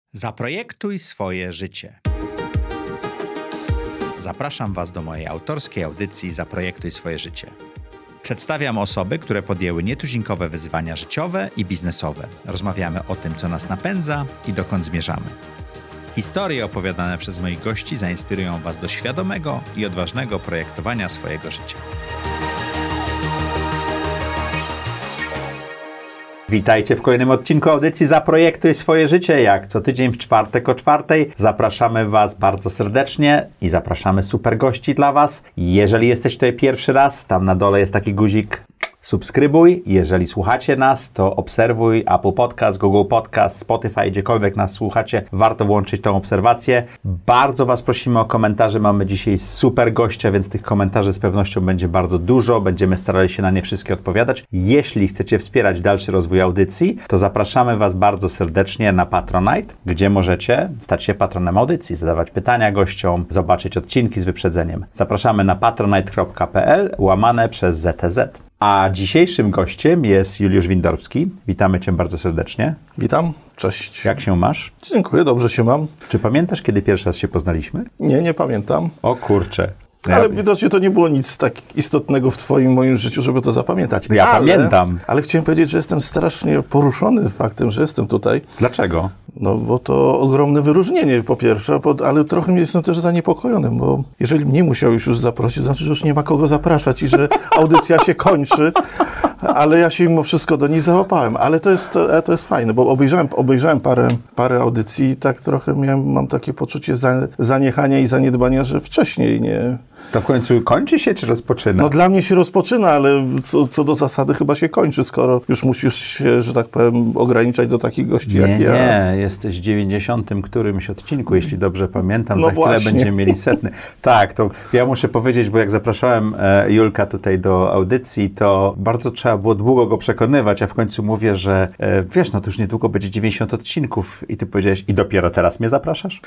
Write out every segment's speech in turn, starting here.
Zaprojektuj swoje życie. Zapraszam Was do mojej autorskiej audycji Zaprojektuj swoje życie. Przedstawiam osoby, które podjęły nietuzinkowe wyzwania życiowe i biznesowe. Rozmawiamy o tym, co nas napędza i dokąd zmierzamy. Historie opowiadane przez moich gości zainspirują Was do świadomego i odważnego projektowania swojego życia. Witajcie w kolejnym odcinku audycji Zaprojektuj swoje życie. Jak co tydzień w czwartek o 4:00 zapraszamy Was bardzo serdecznie i zapraszamy super gości dla Was. Jeżeli jesteś tutaj pierwszy raz, tam na dole jest taki guzik subskrybuj. Jeżeli słuchacie nas, to obserwuj Apple Podcast, Google Podcast, Spotify, gdziekolwiek nas słuchacie. Warto włączyć tą obserwację. Bardzo Was prosimy o komentarze. Mamy dzisiaj super gościa, więc tych komentarzy z pewnością będzie bardzo dużo. Będziemy starali się na nie wszystkie odpowiadać. Jeśli chcecie wspierać dalszy rozwój audycji, to zapraszamy Was bardzo serdecznie na Patronite, gdzie możecie stać się patronem audycji, zadawać pytania gościom, zobaczyć odcinki z wyprzedzeniem. Zapraszamy na patronite.pl/ZTZ. A dzisiejszym gościem jest Juliusz Windorbski. Witamy Cię bardzo serdecznie. Witam, cześć. Jak się masz? Dziękuję, dobrze się mam. Czy pamiętasz, kiedy pierwszy raz się poznaliśmy? Nie pamiętam. O kurczę. Ale widocznie to nie było nic tak istotnego w moim życiu, żeby to zapamiętać. Pamiętam. Ale chciałem powiedzieć, że jestem strasznie poruszony faktem, że jestem tutaj. Dlaczego? No bo to ogromne wyróżnienie po pierwsze, ale trochę jestem też zaniepokojony, bo jeżeli mnie musiałeś już zaprosić, to znaczy, że już nie ma kogo zapraszać i że audycja się kończy, ale ja się mimo wszystko do niej załapałem. Ale to jest fajne, bo obejrzałem parę audycji i tak trochę mam takie poczucie zaniechania i zaniedbania, że wcześniej nie... To w końcu kończy się, czy rozpoczyna? No dla mnie się rozpoczyna, ale co do zasady chyba się kończy, skoro już musisz się, że tak powiem, ograniczać do takich gości jak ja. Nie, jesteś w 90. którymś odcinku, jeśli dobrze pamiętam. No za chwilę właśnie. będziemy mieli 100. Tak, to ja muszę powiedzieć, bo jak zapraszałem Julka tutaj do audycji, to bardzo trzeba było długo go przekonywać, a w końcu mówię, że wiesz, no to już niedługo będzie 90 odcinków i ty powiedziałeś, i dopiero teraz mnie zapraszasz?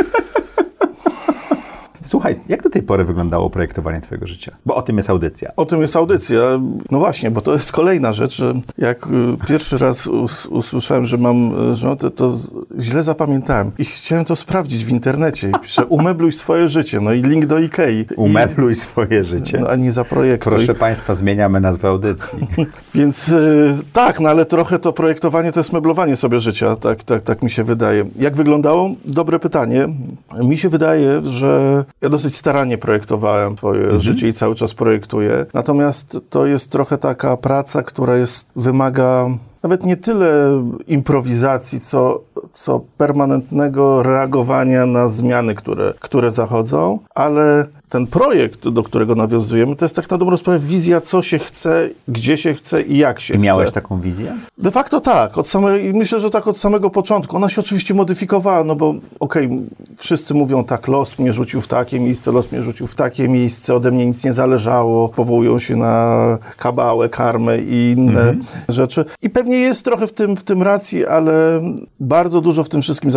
Słuchaj, jak do tej pory wyglądało projektowanie twojego życia? Bo o tym jest audycja. O tym jest audycja. No właśnie, bo to jest kolejna rzecz, że jak pierwszy raz usłyszałem, że mam żonę, to źle zapamiętałem. I chciałem to sprawdzić w internecie. I piszę, umebluj swoje życie. No i link do Ikei. Umebluj swoje życie. No, a nie zaprojektuj. Proszę Państwa, zmieniamy nazwę audycji. Więc tak, no ale trochę to projektowanie to jest meblowanie sobie życia. Tak mi się wydaje. Jak wyglądało? Dobre pytanie. Mi się wydaje, że ja dosyć starannie projektowałem swoje życie i cały czas projektuję. Natomiast to jest trochę taka praca, która wymaga nawet nie tyle improwizacji, co permanentnego reagowania na zmiany, które zachodzą, ale ten projekt, do którego nawiązujemy, to jest tak na dobrą sprawę wizja, co się chce, gdzie się chce i jak się chce. Miałeś taką wizję? De facto tak. Myślę, że tak od samego początku. Ona się oczywiście modyfikowała, no bo wszyscy mówią tak, los mnie rzucił w takie miejsce, los mnie rzucił w takie miejsce, ode mnie nic nie zależało, powołują się na kabałę, karmę i inne rzeczy. I pewnie jest trochę w tym racji, ale bardzo dużo w tym wszystkim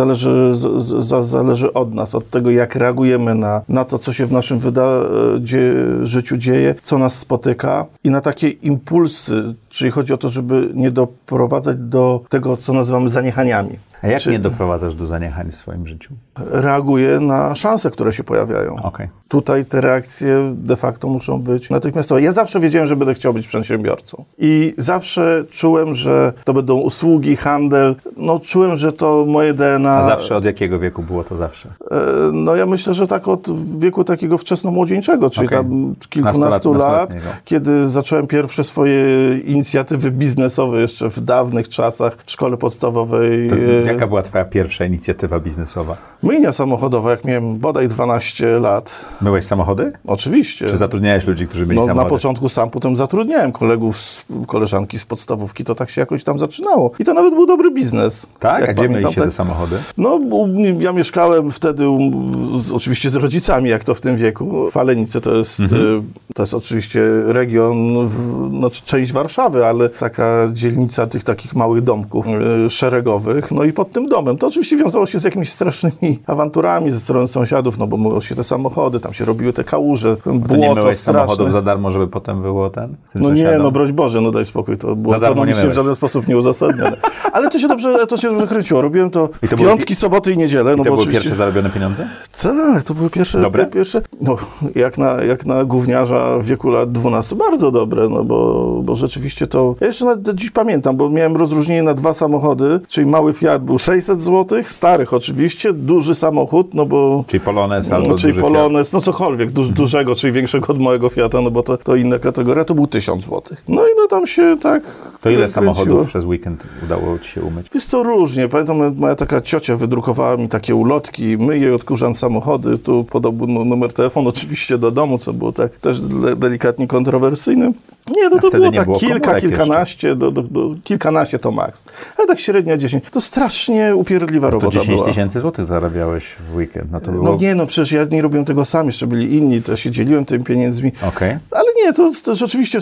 zależy od nas, od tego, jak reagujemy na to, co się w naszym życiu dzieje, co nas spotyka i na takie impulsy, czyli chodzi o to, żeby nie doprowadzać do tego, co nazywamy zaniechaniami. A jak nie doprowadzasz do zaniechań w swoim życiu? Reaguję na szanse, które się pojawiają. Okay. Tutaj te reakcje de facto muszą być natychmiastowe. Ja zawsze wiedziałem, że będę chciał być przedsiębiorcą. I zawsze czułem, że to będą usługi, handel. No czułem, że to moje DNA... A zawsze od jakiego wieku było to zawsze? No ja myślę, że tak od wieku takiego wczesnomłodzieńczego, czyli tam kilkunastu lat, kiedy zacząłem pierwsze swoje inicjatywy biznesowe jeszcze w dawnych czasach w szkole podstawowej. Jaka była twoja pierwsza inicjatywa biznesowa? Myjnia samochodowa, jak miałem bodaj 12 lat. Myłeś samochody? Oczywiście. Czy zatrudniałeś ludzi, którzy mieli samochody? Na początku sam, potem zatrudniałem kolegów, koleżanki z podstawówki, to tak się jakoś tam zaczynało. I to nawet był dobry biznes. Tak? A gdzie myliście te samochody? No, ja mieszkałem wtedy oczywiście z rodzicami, jak to w tym wieku. Falenice to jest oczywiście region, część Warszawy, ale taka dzielnica tych takich małych domków szeregowych. No i pod tym domem. To oczywiście wiązało się z jakimiś strasznymi awanturami ze strony sąsiadów, no bo myło się te samochody, tam się robiły te kałuże, To nie błoto myłeś straszne. samochodów za darmo, żeby potem było tym No nie, sąsiadom? no broń Boże, no daj spokój, to było Za darmo nie ekonomicznie w myłeś. żaden sposób nieuzasadnione. Ale to się dobrze kręciło. Robiłem to w były piątki, soboty i niedzielę. I No to bo były oczywiście... pierwsze zarobione pieniądze? Tak, to były pierwsze, Dobre? no jak na gówniarza w wieku lat 12, bardzo dobre, no bo rzeczywiście to, ja jeszcze nawet dziś pamiętam, bo miałem rozróżnienie na 2 samochody, czyli mały Fiat był 600 zł, starych oczywiście, duży samochód, no bo... Czyli Polones albo czyli duży Polones, no cokolwiek, dużego, czyli większego od małego Fiata, no bo to inna kategoria, to był 1000 zł. No i no tam się tak To ile kręciło. samochodów przez weekend udało ci się umyć? Wiesz co, różnie. Pamiętam, moja taka ciocia wydrukowała mi takie ulotki, myję, odkurzam samochody, tu podał numer telefonu oczywiście do domu, co było tak też delikatnie kontrowersyjne. Nie, no to wtedy było nie tak było komórek kilkanaście, kilkanaście to maks. Ale tak średnio 10. To strasznie upierdliwa To robota 10 była. tysięcy złotych zarabiałeś w weekend. No to było... No nie, no przecież ja nie robiłem tego sam, jeszcze byli inni, to się dzieliłem tymi pieniędzmi. Okej. Ale nie, to rzeczywiście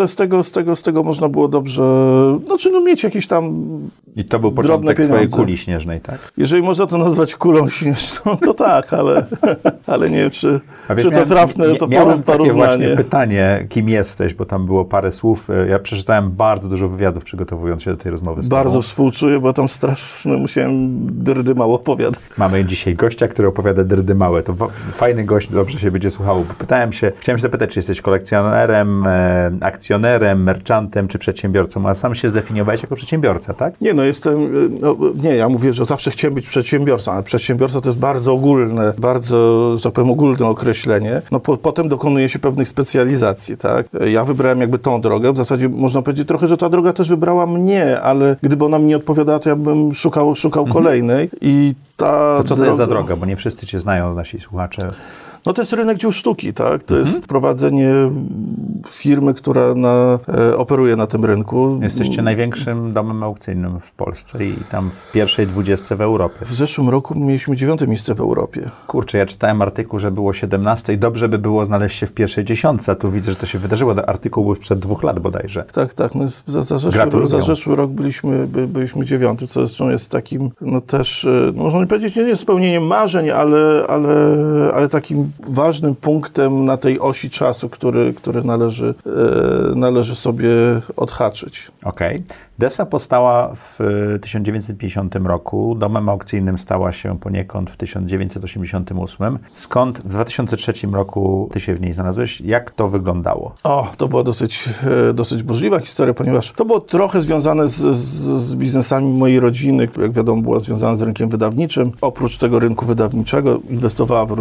z tego można było dobrze, znaczy no mieć jakieś tam I to był drobne początek twojej pieniądze. kuli śnieżnej, tak? Jeżeli można to nazwać kulą śnieżną, to tak, ale nie wiem, czy to trafne to miałem takie właśnie porównanie. pytanie, kim jesteś, bo tam było parę słów. Ja przeczytałem bardzo dużo wywiadów, przygotowując się do tej rozmowy z Bardzo tobą. współczuję, bo tam strasznie musiałem dyrdy mało opowiadać. Mamy dzisiaj gościa, który opowiada drdy małe. To fajny gość, dobrze się będzie słuchało. Chciałem się zapytać, czy jesteś kolekcjonerem, akcjonerem, merchantem, czy przedsiębiorcą, a sam się zdefiniowałeś jako przedsiębiorca, tak? Nie, no jestem, nie, ja mówię, że zawsze chciałem być przedsiębiorcą, ale przedsiębiorca to jest bardzo ogólne, bardzo, że tak powiem, ogólne określenie. No potem dokonuje się pewnych specjalizacji, tak? Ja wybrałem jakby tą drogę, w zasadzie można powiedzieć trochę, że ta droga też wybrała mnie, ale gdyby ona mi nie odpowiadała, to ja bym szukał kolejnej i ta To co to jest za droga? Bo nie wszyscy cię znają, nasi słuchacze. No to jest rynek dzieł sztuki, tak? To jest prowadzenie firmy, która operuje na tym rynku. Jesteście największym domem aukcyjnym w Polsce i tam w pierwszej 20 w Europie. W zeszłym roku mieliśmy 9. miejsce w Europie. Kurczę, ja czytałem artykuł, że było 17 i dobrze by było znaleźć się w pierwszej 10, a tu widzę, że to się wydarzyło. Artykuł był sprzed 2 lat bodajże. Tak, no za zeszły rok byliśmy 9, co zresztą jest takim, no też, no można nie powiedzieć, nie spełnieniem marzeń, ale takim ważnym punktem na tej osi czasu, który należy sobie odhaczyć. Okej. Desa powstała w 1950 roku. Domem aukcyjnym stała się poniekąd w 1988. Skąd w 2003 roku ty się w niej znalazłeś? Jak to wyglądało? To była dosyć burzliwa historia, ponieważ to było trochę związane z biznesami mojej rodziny. Jak wiadomo, była związana z rynkiem wydawniczym. Oprócz tego rynku wydawniczego inwestowała w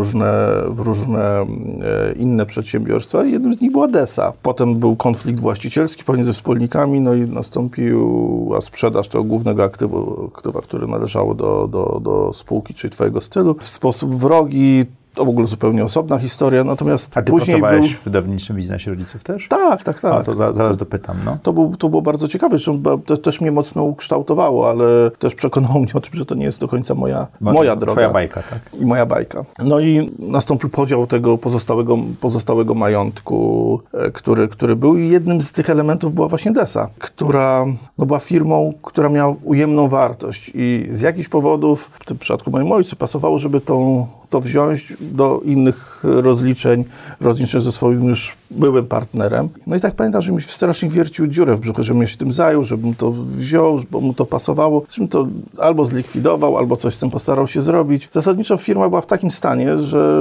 różne inne przedsiębiorstwa i jednym z nich była Desa. Potem był konflikt właścicielski pomiędzy wspólnikami, no i nastąpiła sprzedaż tego głównego aktywa, które należało do spółki, czyli twojego stylu, w sposób wrogi. To w ogóle zupełnie osobna historia, natomiast A ty później pracowałeś w wydawniczym biznesie rodziców też? Tak. A to zaraz dopytam, no. To było bardzo ciekawe, zresztą to też mnie mocno ukształtowało, ale też przekonało mnie o tym, że to nie jest do końca moja droga. Twoja bajka, tak? I moja bajka. No i nastąpił podział tego pozostałego majątku, który był i jednym z tych elementów była właśnie Desa, która była firmą, która miała ujemną wartość i z jakichś powodów, w tym przypadku mojemu ojcu, pasowało, żeby to wziąć do innych rozliczeń ze swoim już byłym partnerem. No i tak pamiętam, że mi strasznie wiercił dziurę w brzuchu, żebym ja się tym zajął, żebym to wziął, bo mu to pasowało, żebym to albo zlikwidował, albo coś z tym postarał się zrobić. Zasadniczo firma była w takim stanie,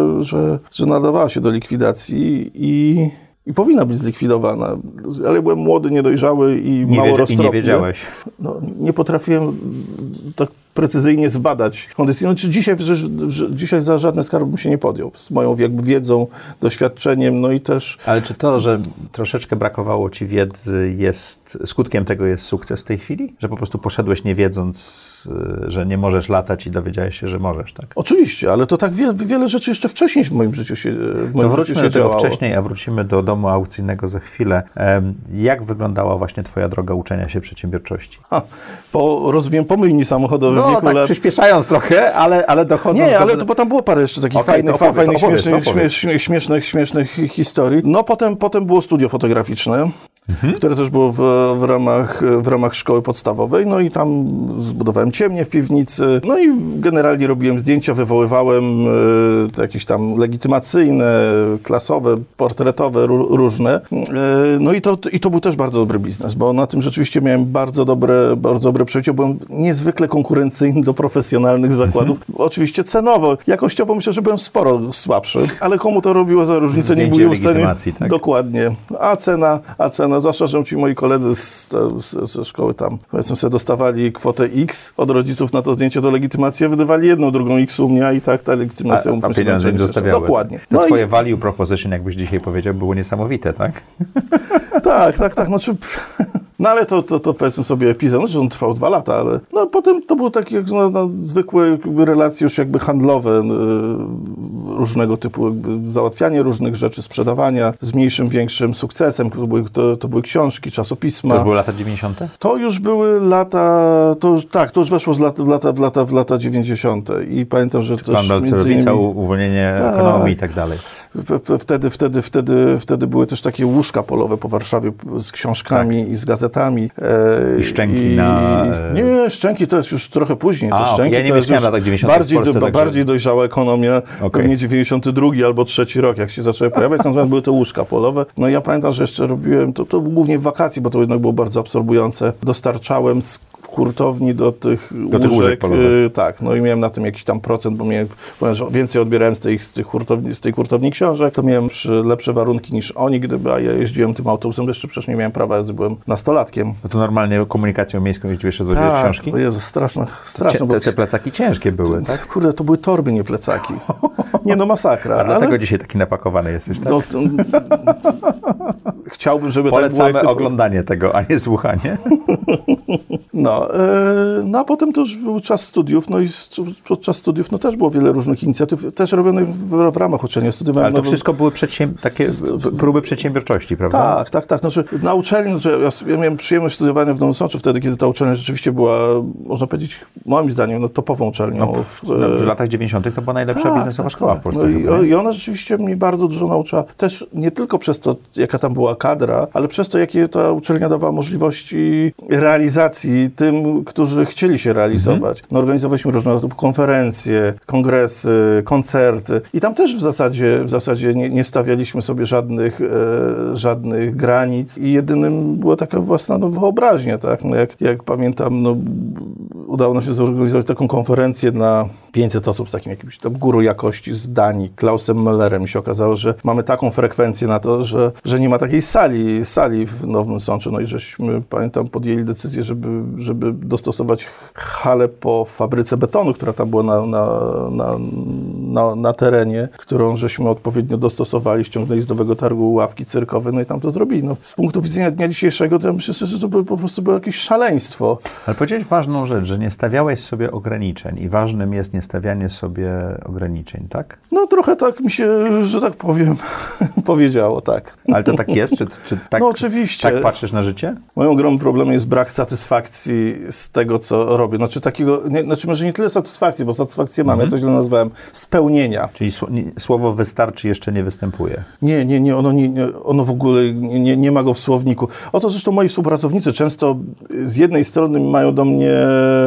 że nadawała się do likwidacji i powinna być zlikwidowana. Ale byłem młody, niedojrzały i mało roztropny. I nie wiedziałeś. No, nie potrafiłem tak precyzyjnie zbadać kondycji. No, czy dzisiaj za żadne skarby bym się nie podjął. Z moją jakby wiedzą, doświadczeniem, no i też... Ale czy to, że troszeczkę brakowało ci wiedzy, skutkiem tego jest sukces w tej chwili? Że po prostu poszedłeś nie wiedząc, że nie możesz latać i dowiedziałeś się, że możesz, tak? Oczywiście, ale to tak wiele rzeczy jeszcze wcześniej w moim życiu się wróćmy do tego działało. wcześniej, a wrócimy do domu aukcyjnego za chwilę. Jak wyglądała właśnie twoja droga uczenia się przedsiębiorczości? Rozumiem, pomyjni samochodowe w wieku tak lat. Przyspieszając trochę, ale dochodząc... Nie, ale to bo tam było parę jeszcze takich fajnych, śmiesznych historii. No potem było studio fotograficzne. które też było w ramach szkoły podstawowej. No i tam zbudowałem ciemnię w piwnicy. No i generalnie robiłem zdjęcia, wywoływałem jakieś tam legitymacyjne, klasowe, portretowe, różne. No i to był też bardzo dobry biznes, bo na tym rzeczywiście miałem bardzo dobre przejście. Byłem niezwykle konkurencyjny do profesjonalnych zakładów. Oczywiście cenowo. Jakościowo myślę, że byłem sporo słabszy, ale komu to robiło za różnicę, nie byli w stanie. Tak? Dokładnie. A cena, zwłaszcza, że ci moi koledzy ze szkoły tam, powiedzmy sobie, dostawali kwotę X od rodziców na to zdjęcie do legitymacji, a wydawali jedną, drugą X u mnie, i tak ta legitymacja a pieniądze nie zostawiały. Dokładnie. To twoje value proposition, jakbyś dzisiaj powiedział, było niesamowite, tak? Tak. Znaczy, no ale to powiedzmy sobie epizod, no, że on trwał 2 lata, ale no potem to było takie jak zwykłe jakby relacje już jakby handlowe, różnego typu jakby załatwianie różnych rzeczy, sprzedawania z mniejszym, większym sukcesem. To były książki, czasopisma. To już były lata 90? To już były lata, to już weszło w lata 90. I pamiętam, że też Pan Balcerowica, uwolnienie ekonomii i tak dalej. Wtedy były też takie łóżka polowe po Warszawie z książkami i z gazetami. I szczęki na... Nie, szczęki to jest już trochę później. Szczęki ja nie to jest już latach 90. bardziej dojrzała ekonomia, pewnie 92 albo 3 rok, jak się zaczęły pojawiać. Natomiast były te łóżka polowe. No i ja pamiętam, że jeszcze robiłem, to głównie w wakacji, bo to jednak było bardzo absorbujące. Dostarczałem z hurtowni do tych łóżek. Tak, no i miałem na tym jakiś tam procent, bo powiem, że więcej odbierałem z tej hurtowni książek, to miałem lepsze warunki niż oni, a ja jeździłem tym autobusem, jeszcze przecież nie miałem prawa jazdy, byłem nastolatkiem. No to normalnie komunikacją miejską jeździłeś, że złodziłeś książki? O Jezu, straszne. Te plecaki ciężkie były, tak? Kurde, to były torby, nie plecaki. Nie no, masakra. A dlatego dzisiaj taki napakowany jesteś, tak? Chciałbym, żeby polecamy tak było. oglądanie tego, a nie słuchanie. No a potem to już był czas studiów, no i podczas studiów też było wiele różnych inicjatyw, też robionych w ramach uczelni. Ale to wszystko były takie próby przedsiębiorczości, prawda? Tak. Znaczy, na uczelni, ja miałem przyjemność studiowania w Nowym Sączu wtedy, kiedy ta uczelnia rzeczywiście była, można powiedzieć, moim zdaniem, topową uczelnią. W latach 90. to była najlepsza biznesowa szkoła w Polsce. No i ona rzeczywiście mnie bardzo dużo nauczyła. Też nie tylko przez to, jaka tam była kadra, ale przez to, jakie ta uczelnia dawała możliwości realizacji tym, którzy chcieli się realizować. No, organizowaliśmy różnego typu konferencje, kongresy, koncerty i tam też w zasadzie nie stawialiśmy sobie żadnych granic i jedynym była taka własna wyobraźnia, tak? No jak pamiętam, udało nam się zorganizować taką konferencję na 500 osób z takim jakimś tam guru jakości z Danii, Klausem Müllerem. I się okazało, że mamy taką frekwencję na to, że nie ma takiej sali w Nowym Sączu. No i żeśmy, pamiętam, podjęli decyzję, żeby dostosować halę po fabryce betonu, która tam była na terenie, którą żeśmy odpowiednio dostosowali, ściągnęli z Nowego Targu ławki cyrkowe, no i tam to zrobili. No, z punktu widzenia dnia dzisiejszego, to ja myślę, że to po prostu było jakieś szaleństwo. Ale powiedziałeś ważną rzecz, że nie stawiałeś sobie ograniczeń i ważnym jest nie stawianie sobie ograniczeń, tak? No trochę tak mi się, że tak powiem, powiedziało, tak. Ale to tak jest? Czy tak, no oczywiście. Tak patrzysz na życie? Moim ogromnym problemem jest brak satysfakcji z tego, co robię. Może nie tyle satysfakcji, bo satysfakcję mam, ja to źle nazwałem, spełnienia. Czyli słowo wystarczy jeszcze nie występuje? Nie, ono w ogóle nie ma go w słowniku. Oto zresztą moi współpracownicy często z jednej strony mają do mnie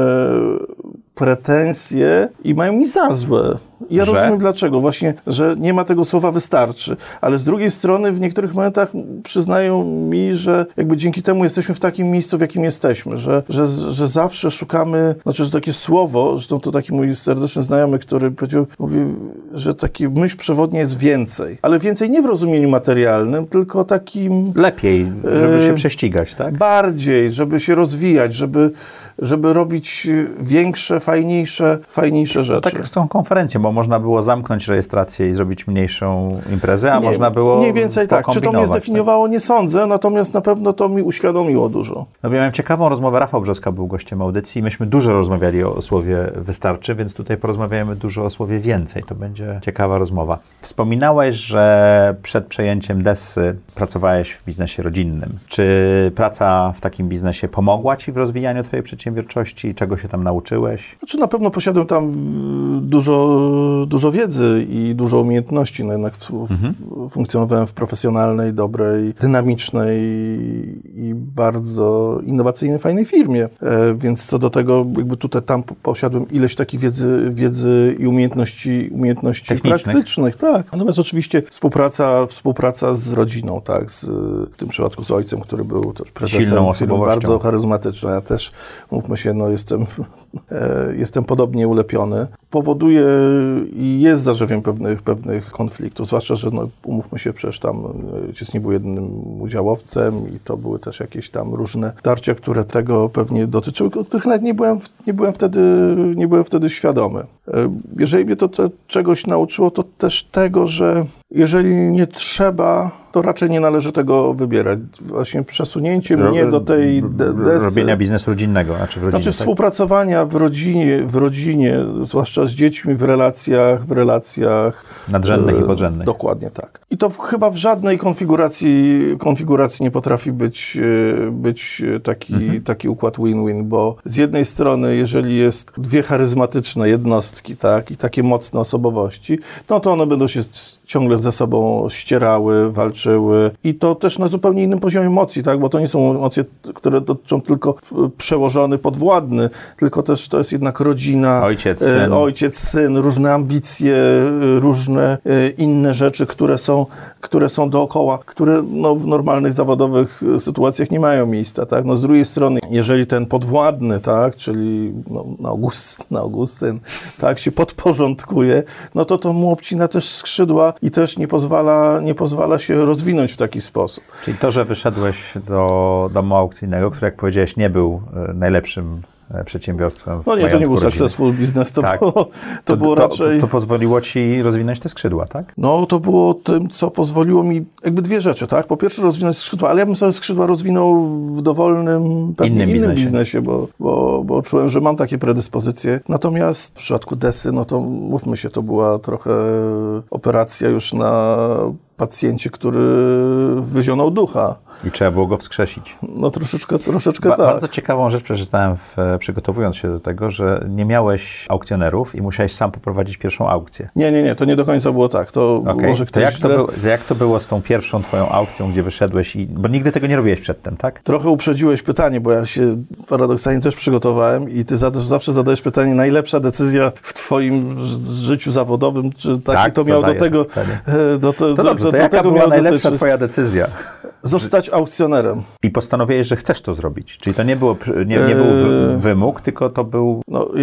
pretensje i mają mi za złe. Ja rozumiem dlaczego. Właśnie, że nie ma tego słowa wystarczy. Ale z drugiej strony w niektórych momentach przyznają mi, że jakby dzięki temu jesteśmy w takim miejscu, w jakim jesteśmy. Że zawsze szukamy, że takie słowo, zresztą to taki mój serdeczny znajomy, który mówi, że taki myśl przewodnia jest więcej. Ale więcej nie w rozumieniu materialnym, tylko takim... Lepiej, żeby się prześcigać, tak? Bardziej, żeby się rozwijać, żeby robić większe, fajniejsze rzeczy. Tak jak z tą konferencją, bo można było zamknąć rejestrację i zrobić mniejszą imprezę, a można było mniej więcej tak. Czy to mnie zdefiniowało? Tak? Nie sądzę, natomiast na pewno to mi uświadomiło dużo. No, ja miałem ciekawą rozmowę, Rafał Brzoska był gościem audycji i myśmy dużo rozmawiali o słowie wystarczy, więc tutaj porozmawiamy dużo o słowie więcej. To będzie ciekawa rozmowa. Wspominałeś, że przed przejęciem Dessy pracowałeś w biznesie rodzinnym. Czy praca w takim biznesie pomogła ci w rozwijaniu twojej przedsiębiorczości? przedsiębiorczości? Czego się tam nauczyłeś? Znaczy na pewno posiadłem tam dużo wiedzy i dużo umiejętności. No jednak funkcjonowałem w profesjonalnej, dobrej, dynamicznej i bardzo innowacyjnej, fajnej firmie. Więc co do tego, jakby tutaj tam posiadłem ileś takiej wiedzy i umiejętności praktycznych. Tak. Natomiast oczywiście współpraca z rodziną, tak, w tym przypadku z ojcem, który był też prezesem firmy, bardzo charyzmatyczny. Ja też, mówmy się, no jestem podobnie ulepiony. Powoduje i jest zarzewiem pewnych konfliktów, zwłaszcza, że no, umówmy się, przecież tam ojciec nie był jedynym udziałowcem i to były też jakieś tam różne tarcia, które tego pewnie dotyczyły, o których nawet nie byłem wtedy świadomy. Jeżeli mnie to czegoś nauczyło, to też tego, że jeżeli nie trzeba, to raczej nie należy tego wybierać. Właśnie przesunięcie mnie do tej desy. Robienia biznesu rodzinnego, w rodzinie. Znaczy współpracowania w rodzinie, zwłaszcza z dziećmi, w relacjach nadrzędnych i podrzędnych. Dokładnie tak. I to chyba w żadnej konfiguracji nie potrafi być taki układ win-win, bo z jednej strony, jeżeli jest dwie charyzmatyczne jednostki, tak, i takie mocne osobowości, no to one będą się ciągle ze sobą ścierały, walczyły i to też na zupełnie innym poziomie emocji, tak, bo to nie są emocje, które dotyczą tylko przełożony, podwładny, tylko też to jest jednak rodzina, ojciec, syn, różne ambicje, różne inne rzeczy, które są dookoła, które no, w normalnych zawodowych sytuacjach nie mają miejsca, tak. No, z drugiej strony, jeżeli ten podwładny, tak, czyli na ogół syn, tak, się podporządkuje, no to mu obcina też skrzydła i też nie pozwala się rozwinąć w taki sposób. Czyli to, że wyszedłeś do domu aukcyjnego, który, jak powiedziałeś, nie był najlepszym przedsiębiorstwem. No nie, to nie był successful business, to było raczej... To pozwoliło ci rozwinąć te skrzydła, tak? No, to było tym, co pozwoliło mi jakby dwie rzeczy, tak? Po pierwsze rozwinąć skrzydła, ale ja bym sobie skrzydła rozwinął w dowolnym, pewnie innym biznesie, bo czułem, że mam takie predyspozycje. Natomiast w przypadku desy, no to mówmy się, to była trochę operacja już na pacjencie, który wyzionął ducha. I trzeba było go wskrzesić. No troszeczkę tak. Bardzo ciekawą rzecz przeczytałem, przygotowując się do tego, że nie miałeś aukcjonerów i musiałeś sam poprowadzić pierwszą aukcję. Nie, to nie do końca było tak. To może ktoś jak to było z tą pierwszą twoją aukcją, gdzie wyszedłeś bo nigdy tego nie robiłeś przedtem, tak? Trochę uprzedziłeś pytanie, bo ja się paradoksalnie też przygotowałem i ty zawsze zadajesz pytanie, najlepsza decyzja w twoim życiu zawodowym, czy taki to miał do tego... To jaka była najlepsza twoja decyzja? Zostać aukcjonerem. I postanowiłeś, że chcesz to zrobić. Czyli to nie był wymóg, tylko to był...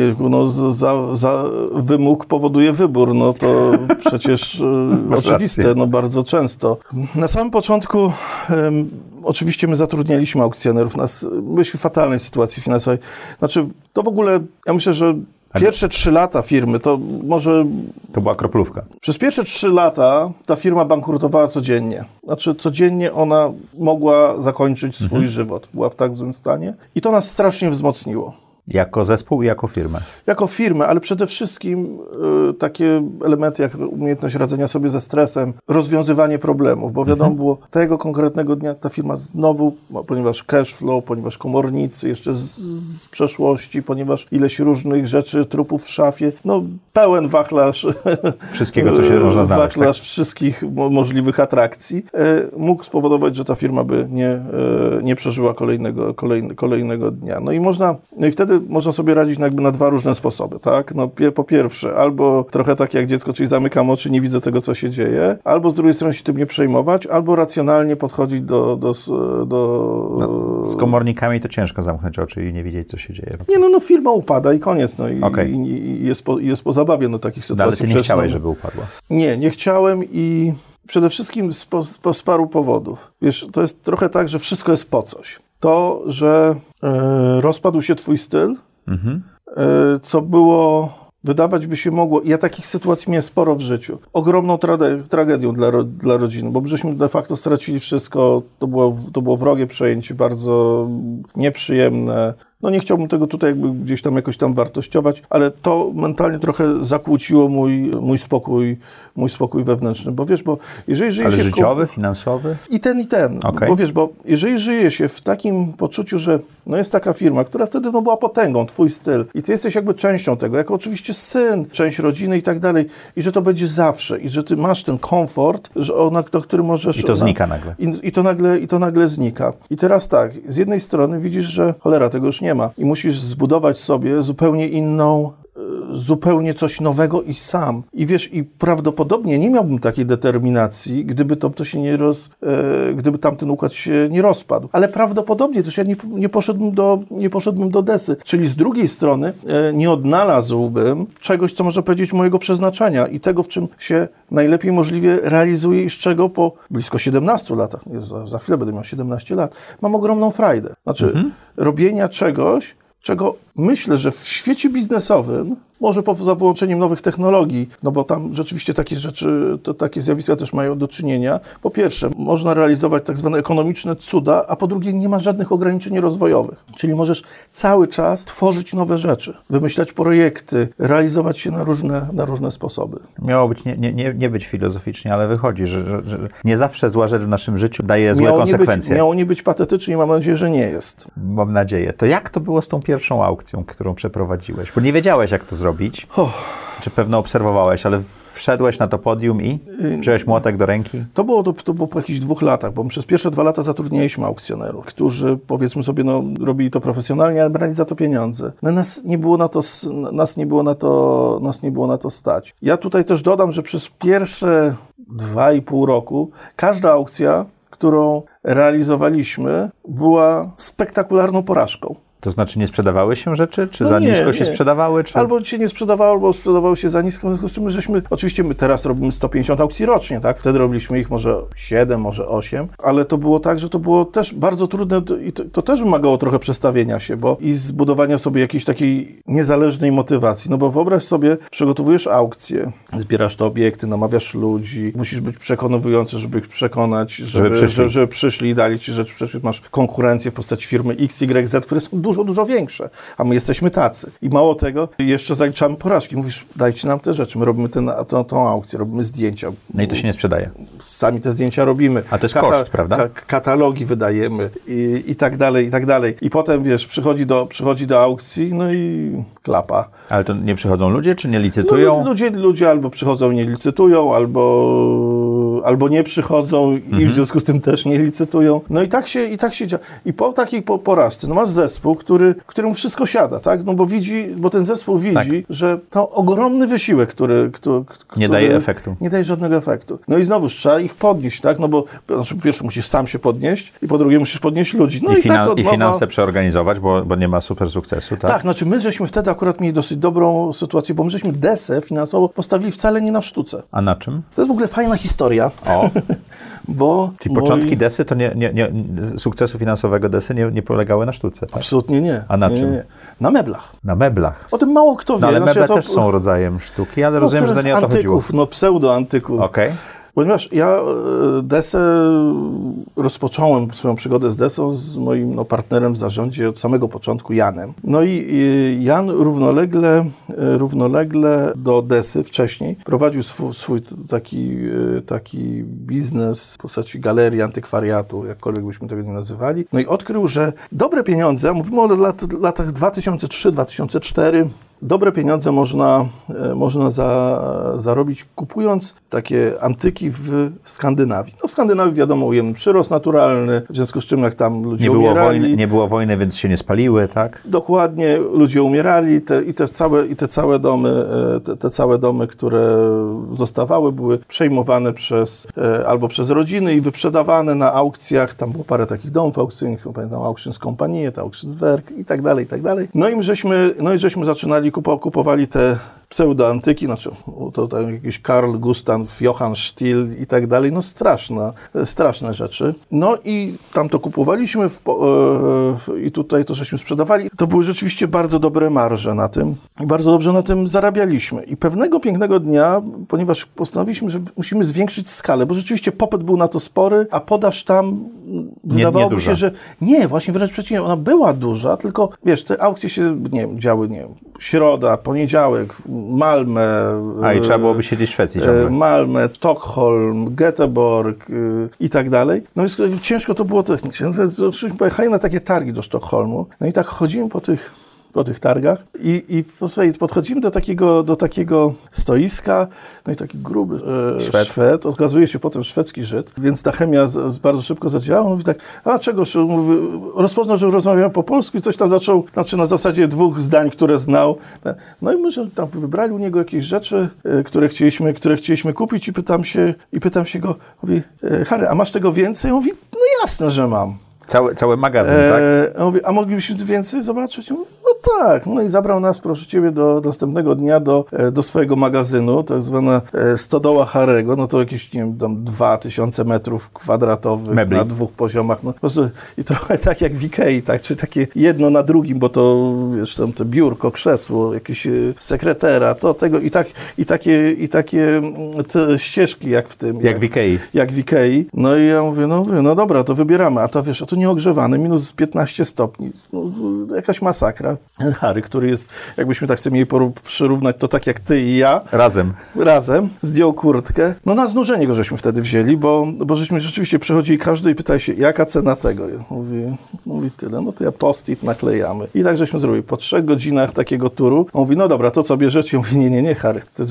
Wymóg powoduje wybór. No to przecież oczywiste, no bardzo często. Na samym początku oczywiście my zatrudnialiśmy aukcjonerów. Byliśmy w fatalnej sytuacji finansowej. Znaczy, to w ogóle, ja myślę, że pierwsze 3 lata firmy, to może... To była kroplówka. Przez pierwsze 3 lata ta firma bankrutowała codziennie. Znaczy codziennie ona mogła zakończyć swój żywot. Była w tak złym stanie. I to nas strasznie wzmocniło. Jako zespół i jako firmę? Jako firmę, ale przede wszystkim takie elementy jak umiejętność radzenia sobie ze stresem, rozwiązywanie problemów, bo wiadomo było, tego konkretnego dnia ta firma znowu, ponieważ cash flow, ponieważ komornicy jeszcze z przeszłości, ponieważ ileś różnych rzeczy, trupów w szafie, no pełen wachlarz wszystkiego, co się można znaleźć, wachlarz wszystkich możliwych atrakcji, mógł spowodować, że ta firma by nie przeżyła kolejnego dnia. No i wtedy można sobie radzić jakby na 2 różne sposoby, tak? No, po pierwsze, albo trochę tak jak dziecko, czyli zamykam oczy, nie widzę tego, co się dzieje, albo z drugiej strony się tym nie przejmować, albo racjonalnie podchodzić z komornikami to ciężko zamknąć oczy i nie widzieć, co się dzieje. Nie, firma upada i koniec, no i jest po zabawie, no takich sytuacji. Ale ty nie chciałeś, żeby upadła. Nie chciałem i przede wszystkim z paru powodów. Wiesz, to jest trochę tak, że wszystko jest po coś. To, że rozpadł się twój styl, co było, wydawać by się mogło, ja takich sytuacji miałem sporo w życiu, ogromną tragedią dla rodziny, bo żeśmy de facto stracili wszystko, to było wrogie przejęcie, bardzo nieprzyjemne. No nie chciałbym tego tutaj jakby gdzieś tam jakoś tam wartościować, ale to mentalnie trochę zakłóciło mój spokój wewnętrzny, bo wiesz, bo jeżeli żyje Ale się życiowy, finansowy? I ten. Okay. Bo wiesz, bo jeżeli żyje się w takim poczuciu, że no jest taka firma, która wtedy no była potęgą, twój styl i ty jesteś jakby częścią tego, jako oczywiście syn, część rodziny i tak dalej, i że to będzie zawsze, i że ty masz ten komfort, że do który możesz... I to znika nagle. I to nagle znika. I teraz tak, z jednej strony widzisz, że cholera, tego już nie ma i musisz zbudować sobie zupełnie coś nowego i sam. I wiesz, i prawdopodobnie nie miałbym takiej determinacji, gdyby gdyby tamten układ się nie rozpadł. Ale prawdopodobnie też ja nie poszedłbym do desy. Czyli z drugiej strony nie odnalazłbym czegoś, co można powiedzieć mojego przeznaczenia i tego, w czym się najlepiej możliwie realizuję i z czego po blisko 17 latach, za chwilę będę miał 17 lat, mam ogromną frajdę. Znaczy, robienia czegoś, czego myślę, że w świecie biznesowym, może poza wyłączeniem nowych technologii, no bo tam rzeczywiście takie rzeczy, takie zjawiska też mają do czynienia. Po pierwsze, można realizować tak zwane ekonomiczne cuda, a po drugie nie ma żadnych ograniczeń rozwojowych. Czyli możesz cały czas tworzyć nowe rzeczy, wymyślać projekty, realizować się na różne sposoby. Miało być nie być filozoficznie, ale wychodzi, że nie zawsze zła rzecz w naszym życiu daje złe konsekwencje. Miało nie być patetycznie i mam nadzieję, że nie jest. Mam nadzieję. To jak to było z tą pierwszą aukcją, którą przeprowadziłeś? Bo nie wiedziałeś, jak to zrobić. Czy pewno obserwowałeś, ale wszedłeś na to podium i wziąłeś młotek do ręki? To było po jakichś 2 latach, bo przez pierwsze 2 lata zatrudnialiśmy aukcjonerów, którzy, powiedzmy sobie, robili to profesjonalnie, ale brali za to pieniądze. No, nas nie było na to stać. Ja tutaj też dodam, że przez pierwsze 2,5 roku każda aukcja, którą realizowaliśmy, była spektakularną porażką. To znaczy nie sprzedawały się rzeczy? Czy za nisko się sprzedawały? Czy... Albo się nie sprzedawało, albo sprzedawały się za nisko. W związku z czym oczywiście my teraz robimy 150 aukcji rocznie, tak? Wtedy robiliśmy ich może 7, może 8, ale to było tak, że to było też bardzo trudne i to też wymagało trochę przestawienia się, i zbudowania sobie jakiejś takiej niezależnej motywacji. No bo wyobraź sobie, przygotowujesz aukcję, zbierasz te obiekty, namawiasz ludzi, musisz być przekonujący, żeby ich przekonać, żeby przyszli i dali ci rzeczy. Przecież masz konkurencję w postaci firmy XYZ, które są dużo większe, a my jesteśmy tacy. I mało tego, jeszcze zaliczamy porażki. Mówisz, dajcie nam te rzeczy, my robimy tą aukcję, robimy zdjęcia. No i to się nie sprzedaje. Sami te zdjęcia robimy. A to jest koszt, prawda? Katalogi wydajemy i tak dalej, i tak dalej. I potem, wiesz, przychodzi do aukcji, no i klapa. Ale to nie przychodzą ludzie, czy nie licytują? No, ludzie albo przychodzą, nie licytują, albo nie przychodzą i w związku z tym też nie licytują. No i tak się dzieje. I po takiej porażce, no masz zespół, któremu wszystko siada, tak? No bo ten zespół widzi, że to ogromny wysiłek, który nie daje efektu. Nie daje żadnego efektu. No i znowu trzeba ich podnieść, tak? No bo po pierwsze musisz sam się podnieść i po drugie musisz podnieść ludzi. No i finanse przeorganizować, bo nie ma super sukcesu, tak? Tak, znaczy my żeśmy wtedy akurat mieli dosyć dobrą sytuację, bo my żeśmy desę finansowo postawili wcale nie na sztuce. A na czym? To jest w ogóle fajna historia. O. Czyli początki desy to sukcesu finansowego desy nie polegały na sztuce, tak? Absolutnie nie. A na czym? Nie. Na meblach. Na meblach. O tym mało kto wie. No, ale meble też są rodzajem sztuki, ale rozumiem, że to nie o to chodziło. Pseudoantyków. Okej. Ponieważ ja desę rozpocząłem swoją przygodę z desą z moim partnerem w zarządzie od samego początku, Janem. No i Jan równolegle do desy wcześniej prowadził swój taki biznes w postaci galerii, antykwariatu, jakkolwiek byśmy tego nie nazywali. No i odkrył, że dobre pieniądze, mówimy o latach 2003-2004, dobre pieniądze można zarobić kupując takie antyki w Skandynawii. No w Skandynawii wiadomo, ujemny przyrost naturalny, w związku z czym jak tam ludzie umierali. Nie było wojny, więc się nie spaliły, tak? Dokładnie, ludzie umierali te całe domy, które zostawały, były przejmowane albo przez rodziny i wyprzedawane na aukcjach. Tam było parę takich domów aukcyjnych, pamiętam Auctions Company, Auctionswerk i tak dalej, i tak dalej. No i żeśmy zaczynali kupowali te pseudoantyki, znaczy to tam jakiś Karl Gustav Johann Stiel i tak dalej, no straszne rzeczy. No i tam to kupowaliśmy i tutaj to żeśmy sprzedawali. To były rzeczywiście bardzo dobre marże na tym i bardzo dobrze na tym zarabialiśmy. I pewnego pięknego dnia, ponieważ postanowiliśmy, że musimy zwiększyć skalę, bo rzeczywiście popyt był na to spory, a podaż tam wydawałoby się, że nie, właśnie wręcz przeciwnie, ona była duża, tylko wiesz, te aukcje się, nie wiem, działy, nie wiem, środa, poniedziałek, Malmö. A i trzeba byłoby siedzieć w Szwecji ciągle. Malmö, Sztokholm, Göteborg i tak dalej. No więc ciężko to było technicznie. Pojechali na takie targi do Sztokholmu, no i tak chodzimy po tych targach i słuchaj, podchodzimy do takiego stoiska, no i taki gruby Szwed, okazuje się potem szwedzki Żyd, więc ta chemia bardzo szybko zadziałała. On mówi tak, a czegoż, mówi, rozpoznał, że rozmawiamy po polsku i coś tam zaczął, znaczy na zasadzie 2 zdań, które znał. No i my tam wybrali u niego jakieś rzeczy, które chcieliśmy kupić i pytam się go, mówi, Harry, a masz tego więcej? On mówi, no jasne, że mam. Cały magazyn, tak? On mówi, a moglibyśmy więcej zobaczyć? Ja mówię, no tak. No i zabrał nas, proszę ciebie, do następnego dnia do swojego magazynu, tak zwana stodoła Harego, no to jakieś, nie wiem, tam 2000 metrów kwadratowych mebli na 2 poziomach. No, po prostu, i trochę tak jak w Ikei, tak, czy takie jedno na drugim, bo to, wiesz, tam to biurko, krzesło, jakieś sekretera, to tego i takie te ścieżki jak w tym. Jak w Ikei. Jak w Ikei. No i ja mówię, no dobra, to wybieramy, a to wiesz, a to nieogrzewane, minus 15 stopni. No, jakaś masakra. Harry, który jest, jakbyśmy tak sobie mieli przyrównać, to tak jak ty i ja. Razem. Zdjął kurtkę. No na znużenie go żeśmy wtedy wzięli, bo żeśmy rzeczywiście przechodzili każdy i pytali się, jaka cena tego? Ja mówi tyle, no to ja post-it naklejamy. I tak żeśmy zrobili. Po 3 godzinach takiego turu, on mówi, no dobra, to co bierzecie? Ja mówię, nie, Harry. Ty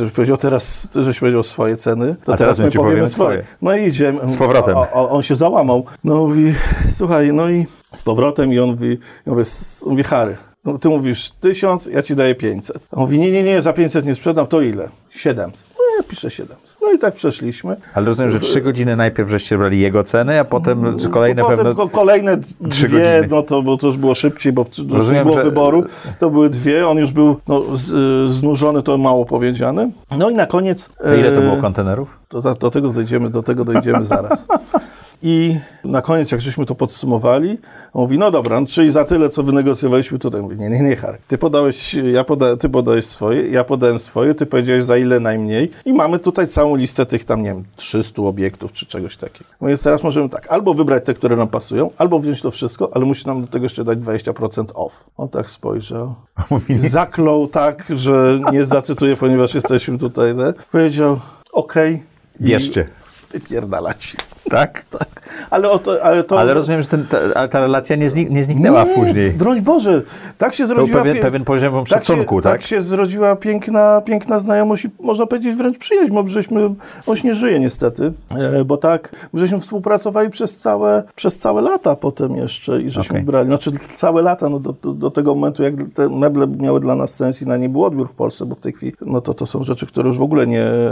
żeś powiedział swoje ceny, to teraz my powiemy swoje. No i idziemy. Z powrotem. On się załamał. No mówi, słuchaj, no i z powrotem i on mówi, Harry, no ty mówisz 1000, ja ci daję 500. On mówi, nie, za 500 nie sprzedam, to ile? 700. No ja piszę 700. No i tak przeszliśmy. Ale rozumiem, że 3 godziny najpierw żeście brali jego ceny, a potem kolejne 2, no to, bo to już było szybciej, bo nie było wyboru. To były 2, on już był znużony, to mało powiedziane. No i na koniec... To ile to było kontenerów? Do tego dojdziemy zaraz. I na koniec, jak żeśmy to podsumowali, on mówi, no dobra, no, czyli za tyle, co wynegocjowaliśmy tutaj. Mówię, nie, Harry, ty podałeś swoje, ja podałem swoje, ty powiedziałeś za ile najmniej i mamy tutaj całą listę tych tam, nie wiem, 300 obiektów czy czegoś takiego. No więc teraz możemy tak, albo wybrać te, które nam pasują, albo wziąć to wszystko, ale musi nam do tego jeszcze dać 20% off. On tak spojrzał, zaklął tak, że nie zacytuję, ponieważ jesteśmy tutaj, ne? Powiedział, okej. Bierzcie. Wypierdalać. Tak? Tak. Ale rozumiem, że ta relacja nie zniknęła później. Broń Boże, tak się zrodziła... Był pewien poziom szacunku, tak? Tak się zrodziła piękna znajomość i można powiedzieć wręcz przyjaźń, bo on nie żyje niestety, bo tak, żeśmy współpracowali przez całe lata potem jeszcze i żeśmy brali, znaczy całe lata, no do tego momentu, jak te meble miały dla nas sens i na nie był odbiór w Polsce, bo w tej chwili, no to są rzeczy, które już w ogóle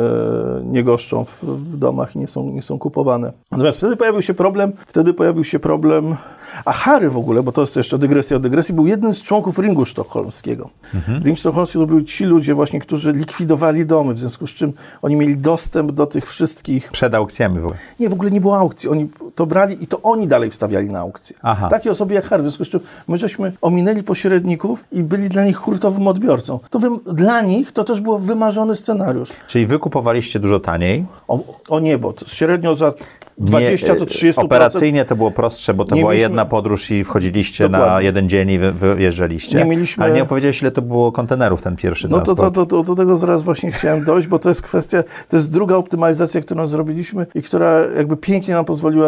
nie goszczą w domach i nie są kupowane. Natomiast wtedy pojawił się problem, a Harry w ogóle, bo to jest jeszcze dygresja od dygresji, był jednym z członków ringu sztokholmskiego. Ring sztokholmski to byli ci ludzie właśnie, którzy likwidowali domy, w związku z czym oni mieli dostęp do tych wszystkich... Przed aukcjami w ogóle. Nie, w ogóle nie było aukcji. Oni to brali i to oni dalej wstawiali na aukcję. Aha. Takie osoby jak Harry, w związku z czym my żeśmy ominęli pośredników i byli dla nich hurtowym odbiorcą. Dla nich to też był wymarzony scenariusz. Czyli wy kupowaliście dużo taniej? O nie, bo średnio za 20 do 30%. Operacyjnie to było prostsze, bo to była jedna podróż i wchodziliście na jeden dzień i wyjeżdżaliście. Ale nie opowiedziałeś, ile to było kontenerów ten pierwszy transport. No to do tego zaraz właśnie chciałem dojść, bo to jest kwestia, to jest druga optymalizacja, którą zrobiliśmy i która jakby pięknie nam pozwoliła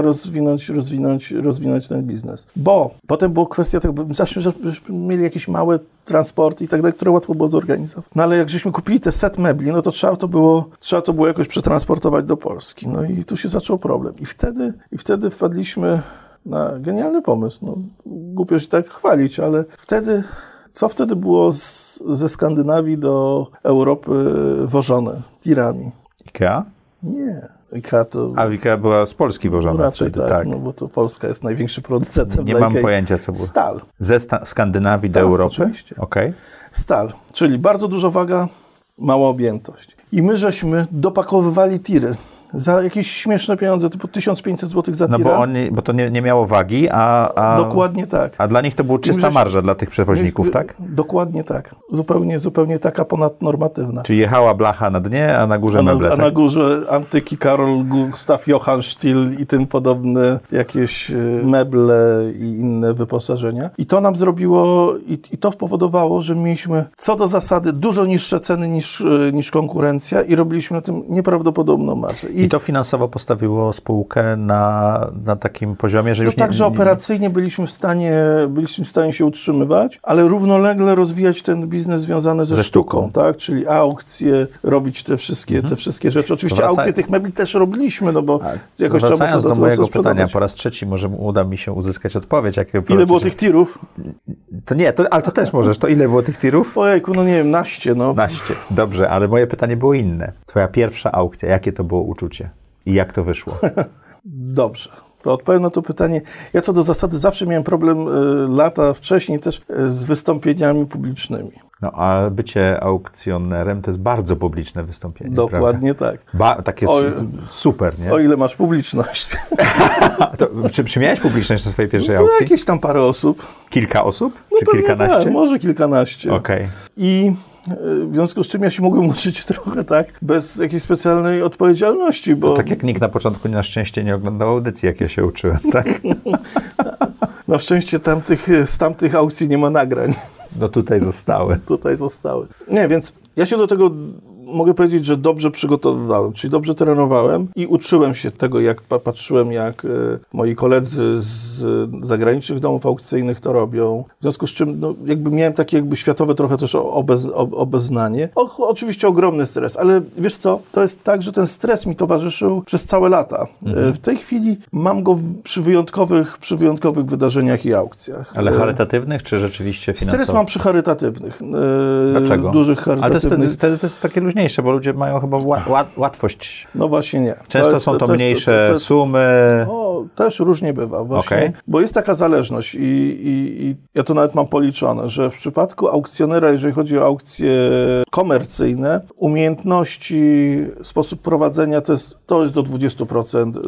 rozwinąć ten biznes. Bo potem była kwestia tego, żeśmy mieli jakieś małe transporty i tak dalej, które łatwo było zorganizować. No ale jak żeśmy kupili te set mebli, no to trzeba to było jakoś przetransportować do Polski. No i tu się zaczął problem. I wtedy wpadliśmy na genialny pomysł. No, głupio się tak chwalić, ale co wtedy było ze Skandynawii do Europy wożone tirami? IKEA? Nie. IKEA to... A IKEA była z Polski wożona raczej wtedy, tak. No bo to Polska jest największym producentem. Nie mam pojęcia, co było. Stal. Ze Skandynawii do Europy? Oczywiście. Okay. Stal, czyli bardzo duża waga, mała objętość. I my żeśmy dopakowywali tiry za jakieś śmieszne pieniądze, typu 1500 zł za tira. Bo to nie miało wagi, Dokładnie tak. A dla nich to była czysta marża dla tych przewoźników, tak? Dokładnie tak. Zupełnie taka ponadnormatywna. Czyli jechała blacha na dnie, a na górze meble, A na górze antyki Karol Gustav Johann Stihl i tym podobne jakieś meble i inne wyposażenia. I to nam zrobiło, i to spowodowało, że mieliśmy co do zasady dużo niższe ceny niż konkurencja i robiliśmy na tym nieprawdopodobną marżę. I to finansowo postawiło spółkę na takim poziomie, że już także operacyjnie byliśmy w stanie się utrzymywać, ale równolegle rozwijać ten biznes związany ze sztuką, tak? Czyli aukcje, robić te wszystkie rzeczy. Oczywiście aukcje tych mebli też robiliśmy, no bo jakoś trzeba wracając to do mojego pytania, sprzedawać. po raz trzeci może uda mi się uzyskać odpowiedź. Ile było tych tirów? To nie, ale to też możesz. To ile było tych tirów? Ojejku, no nie wiem, naście. Dobrze, ale moje pytanie było inne. Twoja pierwsza aukcja, jakie to było uczucie? I jak to wyszło? Dobrze. To odpowiem na to pytanie. Ja co do zasady zawsze miałem problem lata wcześniej też z wystąpieniami publicznymi. No, a bycie aukcjonerem to jest bardzo publiczne wystąpienie, Dokładnie prawda? tak. Takie super, nie? O ile masz publiczność. Czy miałeś publiczność na swojej pierwszej No, aukcji? jakieś tam parę osób. Kilka osób? No, czy kilkanaście? Tak, może kilkanaście. Okej. I w związku z czym ja się mogłem uczyć trochę tak, bez jakiejś specjalnej odpowiedzialności, bo... No, tak jak nikt na początku na szczęście nie oglądał audycji, jak ja się uczyłem, tak? Na szczęście z tamtych aukcji nie ma nagrań. No tutaj zostały. Nie, więc ja się do tego mogę powiedzieć, że dobrze przygotowywałem, czyli dobrze trenowałem i uczyłem się tego, jak patrzyłem, jak moi koledzy z zagranicznych domów aukcyjnych to robią. W związku z czym jakby miałem takie światowe trochę też obeznanie. Oczywiście ogromny stres, ale wiesz co, to jest tak, że ten stres mi towarzyszył przez całe lata. W tej chwili mam go przy wyjątkowych wydarzeniach i aukcjach. Ale charytatywnych, czy rzeczywiście finansowych? Stres mam przy charytatywnych. Dlaczego? Dużych charytatywnych. Ale to jest takie luźniejsze, bo ludzie mają chyba łatwość. No właśnie nie. Często są to mniejsze sumy. Też różnie bywa właśnie, bo jest taka zależność i ja to nawet mam policzone, że w przypadku aukcjonera, jeżeli chodzi o aukcje komercyjne, umiejętności, sposób prowadzenia to jest do 20%,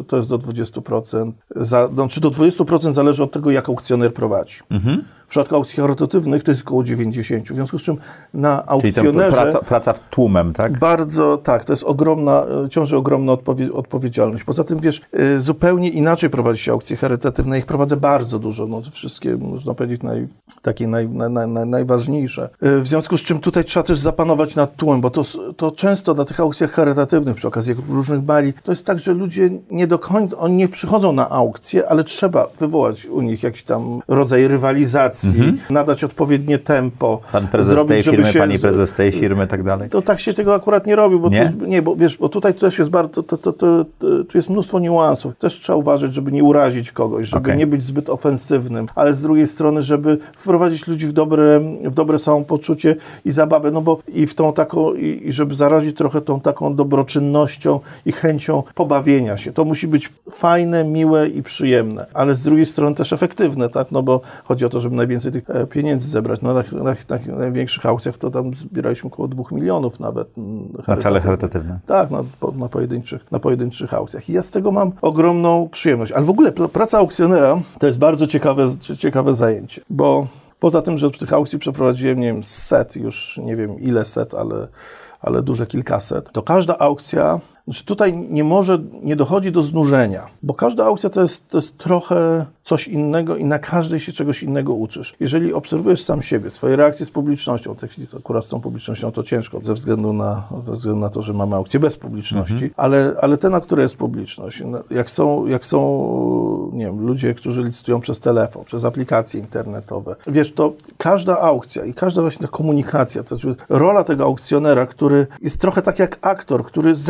czy do 20% zależy od tego, jak aukcjoner prowadzi. W przypadku aukcji charytatywnych to jest około 90%. W związku z czym na aukcjonerze... Czyli praca tłumem, tak? Bardzo, tak. To jest ciąży ogromna odpowiedzialność. Poza tym, wiesz, zupełnie inaczej prowadzi się aukcje charytatywne. Ich prowadzę bardzo dużo. No, wszystkie, można powiedzieć, najważniejsze. W związku z czym tutaj trzeba też zapanować nad tłumem, bo to często na tych aukcjach charytatywnych, przy okazji różnych bali, to jest tak, że ludzie nie do końca, oni nie przychodzą na aukcję, ale trzeba wywołać u nich jakiś tam rodzaj rywalizacji, nadać odpowiednie tempo. Pan prezes tej firmy, pani prezes tej firmy, tak dalej. To tak się tego akurat nie robi, bo bo tutaj też jest bardzo, tu jest mnóstwo niuansów. Też trzeba uważać, żeby nie urazić kogoś, żeby nie być zbyt ofensywnym, ale z drugiej strony, żeby wprowadzić ludzi w dobre samopoczucie i zabawę, no bo i w tą taką, i żeby zarazić trochę tą taką dobroczynnością i chęcią pobawienia się. To musi być fajne, miłe i przyjemne, ale z drugiej strony też efektywne, tak? No bo chodzi o to, żeby najwięcej tych pieniędzy zebrać. No na największych aukcjach to tam zbieraliśmy około 2 milionów nawet. Na cele charytatywne. Tak, na pojedynczych aukcjach. I ja z tego mam ogromną przyjemność. Ale w ogóle praca aukcjonera to jest bardzo ciekawe zajęcie, bo poza tym, że tych aukcji przeprowadziłem, nie wiem, już nie wiem ile set, ale duże kilkaset, to każda aukcja, tutaj nie dochodzi do znużenia, bo każda aukcja to jest trochę coś innego i na każdej się czegoś innego uczysz. Jeżeli obserwujesz sam siebie, swoje reakcje z publicznością, akurat z tą publicznością to ciężko, ze względu na to, że mamy aukcję bez publiczności, ale te, na które jest publiczność, jak są nie wiem, ludzie, którzy licytują przez telefon, przez aplikacje internetowe, wiesz, to każda aukcja i każda właśnie ta komunikacja, to znaczy rola tego aukcjonera, który jest trochę tak jak aktor, który zawsze się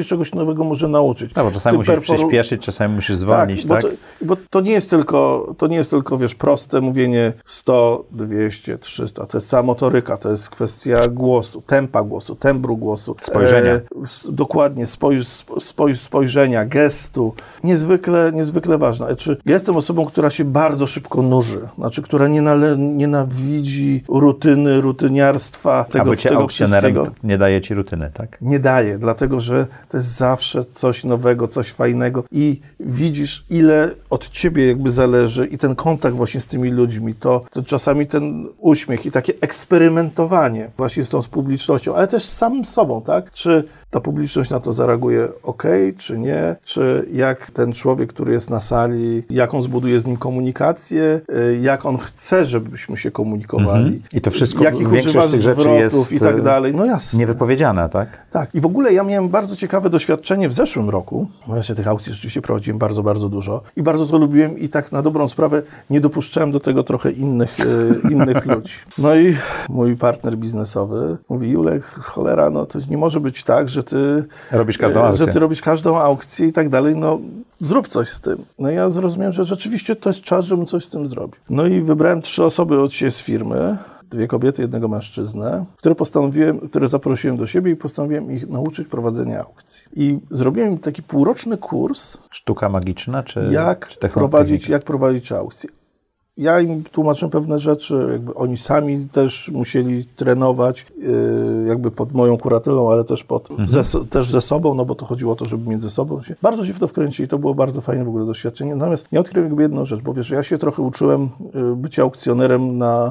czegoś nowego może nauczyć. No, bo czasami musisz przyspieszyć, czasami musisz zwolnić, tak? Bo to nie jest tylko, wiesz, proste mówienie 100, 200, 300. To jest cała motoryka, to jest kwestia głosu, tempa głosu, tembru głosu. Spojrzenia. Dokładnie, spojrzenia, gestu. Niezwykle ważne. Znaczy, ja jestem osobą, która się bardzo szybko nuży. Znaczy, która nienawidzi rutyny, rutyniarstwa, tego wszystkiego. Nie daje ci rutyny, tak? Nie daje, dlatego że to jest zawsze coś nowego, coś fajnego i widzisz, ile od ciebie jakby zależy i ten kontakt właśnie z tymi ludźmi, to czasami ten uśmiech i takie eksperymentowanie właśnie z tą publicznością, ale też z samym sobą, tak? Czy ta publiczność na to zareaguje czy nie? Czy jak ten człowiek, który jest na sali, jaką zbuduje z nim komunikację, jak on chce, żebyśmy się komunikowali. I to wszystko, jakich używasz zwrotów i tak dalej. No jasne. Niewypowiedziane, tak? Tak. I w ogóle ja miałem bardzo ciekawe doświadczenie w zeszłym roku. Ja się tych aukcji rzeczywiście prowadziłem bardzo, bardzo dużo. I bardzo to lubiłem i tak na dobrą sprawę nie dopuszczałem do tego trochę innych ludzi. No i mój partner biznesowy mówi: Julek, cholera, no to nie może być tak, że ty robisz każdą aukcję i tak dalej, no zrób coś z tym. No ja zrozumiałem, że rzeczywiście to jest czas, żebym coś z tym zrobił. No i wybrałem 3 osoby od siebie z firmy, 2 kobiety, 1 mężczyznę, które zaprosiłem do siebie i postanowiłem ich nauczyć prowadzenia aukcji. I zrobiłem im taki półroczny kurs. Sztuka magiczna, czy jak prowadzić aukcję. Ja im tłumaczyłem pewne rzeczy, jakby oni sami też musieli trenować, jakby pod moją kuratelą, ale też też ze sobą, no bo to chodziło o to, żeby między sobą się... Bardzo się w to wkręcili i to było bardzo fajne w ogóle doświadczenie. Natomiast ja odkryłem jakby jedną rzecz, bo wiesz, ja się trochę uczyłem bycia aukcjonerem na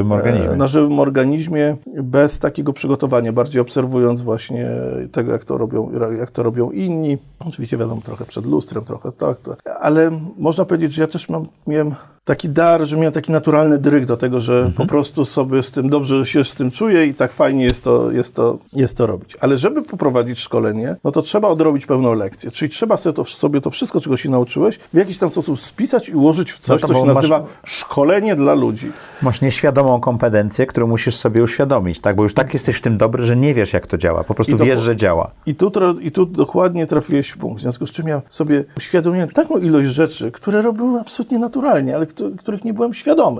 żywym organizmie bez takiego przygotowania, bardziej obserwując właśnie tego, jak to robią inni. Oczywiście wiadomo, trochę przed lustrem, trochę tak, ale można powiedzieć, że ja też miałem taki dar, że miałem taki naturalny dryg do tego, że po prostu sobie dobrze się z tym czuję i tak fajnie jest to robić. Ale żeby poprowadzić szkolenie, no to trzeba odrobić pewną lekcję. Czyli trzeba sobie to wszystko, czego się nauczyłeś, w jakiś tam sposób spisać i ułożyć w coś, co się nazywa szkolenie dla ludzi. Masz nieświadomą kompetencję, którą musisz sobie uświadomić, tak? Bo już tak jesteś w tym dobry, że nie wiesz, jak to działa. Po prostu wiesz, że działa. I tu dokładnie trafiłeś w punkt. W związku z czym ja sobie uświadomiłem taką ilość rzeczy, które robię absolutnie naturalnie, ale których nie byłem świadomy,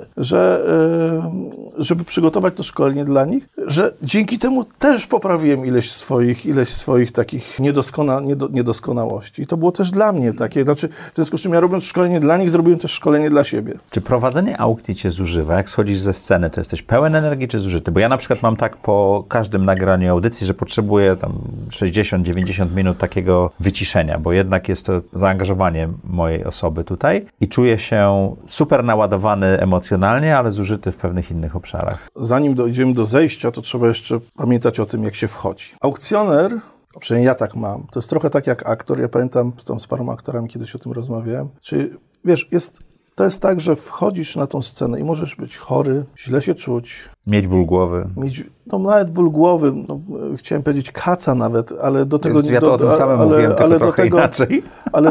żeby przygotować to szkolenie dla nich, że dzięki temu też poprawiłem ileś swoich takich niedoskonałości. I to było też dla mnie takie, znaczy w związku z czym ja robiąc szkolenie dla nich, zrobiłem też szkolenie dla siebie. Czy prowadzenie aukcji cię zużywa? Jak schodzisz ze sceny, to jesteś pełen energii czy zużyty? Bo ja na przykład mam tak po każdym nagraniu audycji, że potrzebuję tam 60-90 minut takiego wyciszenia, bo jednak jest to zaangażowanie mojej osoby tutaj i czuję się super naładowany emocjonalnie, ale zużyty w pewnych innych obszarach. Zanim dojdziemy do zejścia, to trzeba jeszcze pamiętać o tym, jak się wchodzi. Aukcjoner, przynajmniej ja tak mam, to jest trochę tak jak aktor. Ja pamiętam, z paroma aktorami kiedyś o tym rozmawiałem. Czyli wiesz, to jest tak, że wchodzisz na tą scenę i możesz być chory, źle się czuć. Mieć ból głowy. Nawet ból głowy, chciałem powiedzieć kaca nawet, ale do tego... Ja to o tym samym mówiłem, tylko trochę inaczej.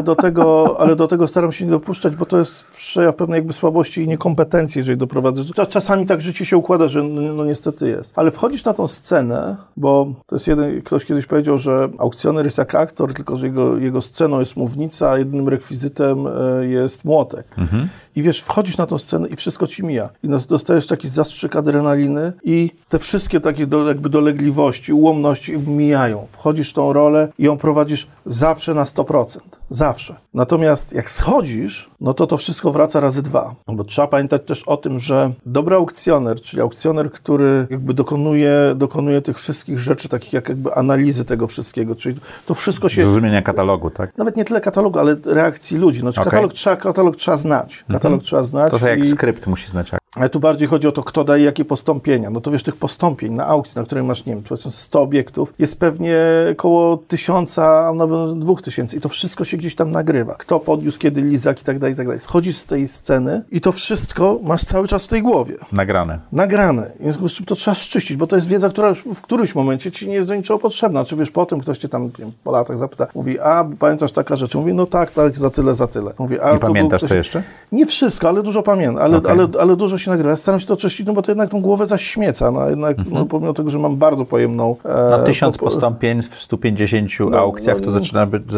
Ale do tego staram się nie dopuszczać, bo to jest przejaw pewnej jakby słabości i niekompetencji, jeżeli doprowadzę. Czasami tak życie się układa, że no niestety jest. Ale wchodzisz na tą scenę, bo to jest ktoś kiedyś powiedział, że aukcjoner jest jak aktor, tylko że jego sceną jest mównica, a jedynym rekwizytem jest młotek. I wiesz, wchodzisz na tą scenę i wszystko ci mija. I dostajesz taki zastrzyk adrenaliny i te wszystkie takie jakby dolegliwości, ułomności mijają. Wchodzisz w tą rolę i ją prowadzisz zawsze na 100%. Zawsze. Natomiast jak schodzisz, no to wszystko wraca razy 2. Bo trzeba pamiętać też o tym, że dobry aukcjoner, czyli aukcjoner, który jakby dokonuje tych wszystkich rzeczy, takich jak jakby analizy tego wszystkiego, czyli to wszystko się... Zrozumienia katalogu, tak? Nawet nie tyle katalogu, ale reakcji ludzi. Znaczy katalog trzeba znać. Katalog trzeba znać. To jak skrypt musi znać. Ale tu bardziej chodzi o to, kto daje jakie postąpienia. No to wiesz, tych postąpień na aukcji, na której masz, nie wiem, powiedzmy 100 obiektów, jest pewnie około 1000, a nawet 2000 i to wszystko się gdzieś tam nagrywa. Kto podniósł, kiedy lizak i tak dalej, i tak dalej. Schodzisz z tej sceny i to wszystko masz cały czas w tej głowie. Nagrane. W związku z czym to trzeba szczyścić, bo to jest wiedza, która w którymś momencie ci nie jest do niczego potrzebna. Czy wiesz, potem ktoś cię tam, nie wiem, po latach zapyta, mówi, pamiętasz taka rzecz? Mówi, no tak, za tyle. Mówi, I pamiętasz to jeszcze? Nie wszystko, ale dużo pamiętam, ale dużo się się nagrywa. Ja staram się to czyścić, no bo to jednak tą głowę zaśmieca. No, jednak, no, pomimo tego, że mam bardzo pojemną... Na 1000 postąpień w 150 aukcjach to zaczynają być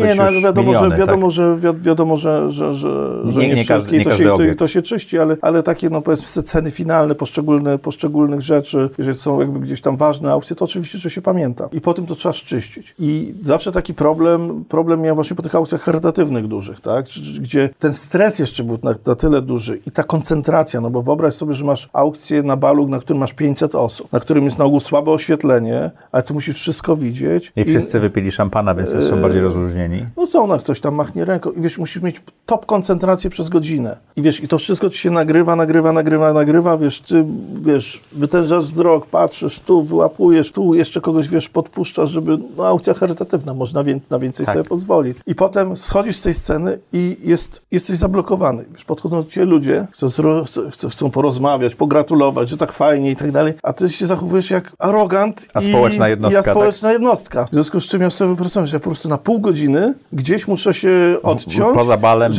wiadomo, że nie wszystkie to się czyści, ale takie, no powiedzmy, ceny finalne poszczególnych rzeczy, jeżeli są jakby gdzieś tam ważne aukcje, to oczywiście, że się pamięta. I po tym to trzeba czyścić. I zawsze taki problem miałem właśnie po tych aukcjach charytatywnych dużych, tak? Gdzie ten stres jeszcze był na tyle duży i ta koncentracja, no bo wyobraź sobie, że masz aukcję na balu, na którym masz 500 osób, na którym jest na ogół słabe oświetlenie, ale ty musisz wszystko widzieć. I wszyscy wypili szampana, więc są bardziej rozluźnieni. No są, no ktoś tam machnie ręką i wiesz, musisz mieć top koncentrację przez godzinę. I wiesz, i to wszystko ci się nagrywa, wiesz, ty, wiesz, wytężasz wzrok, patrzysz tu, wyłapujesz, tu jeszcze kogoś, wiesz, podpuszczasz, żeby, no aukcja charytatywna, można na więcej sobie pozwolić. I potem schodzisz z tej sceny i jesteś zablokowany. Wiesz, podchodzą do ciebie ludzie, chcą porozmawiać, pogratulować, że tak fajnie i tak dalej, a ty się zachowujesz jak arogant społeczna jednostka. W związku z czym ja sobie wypracować, że ja po prostu na pół godziny gdzieś muszę się odciąć, poza balem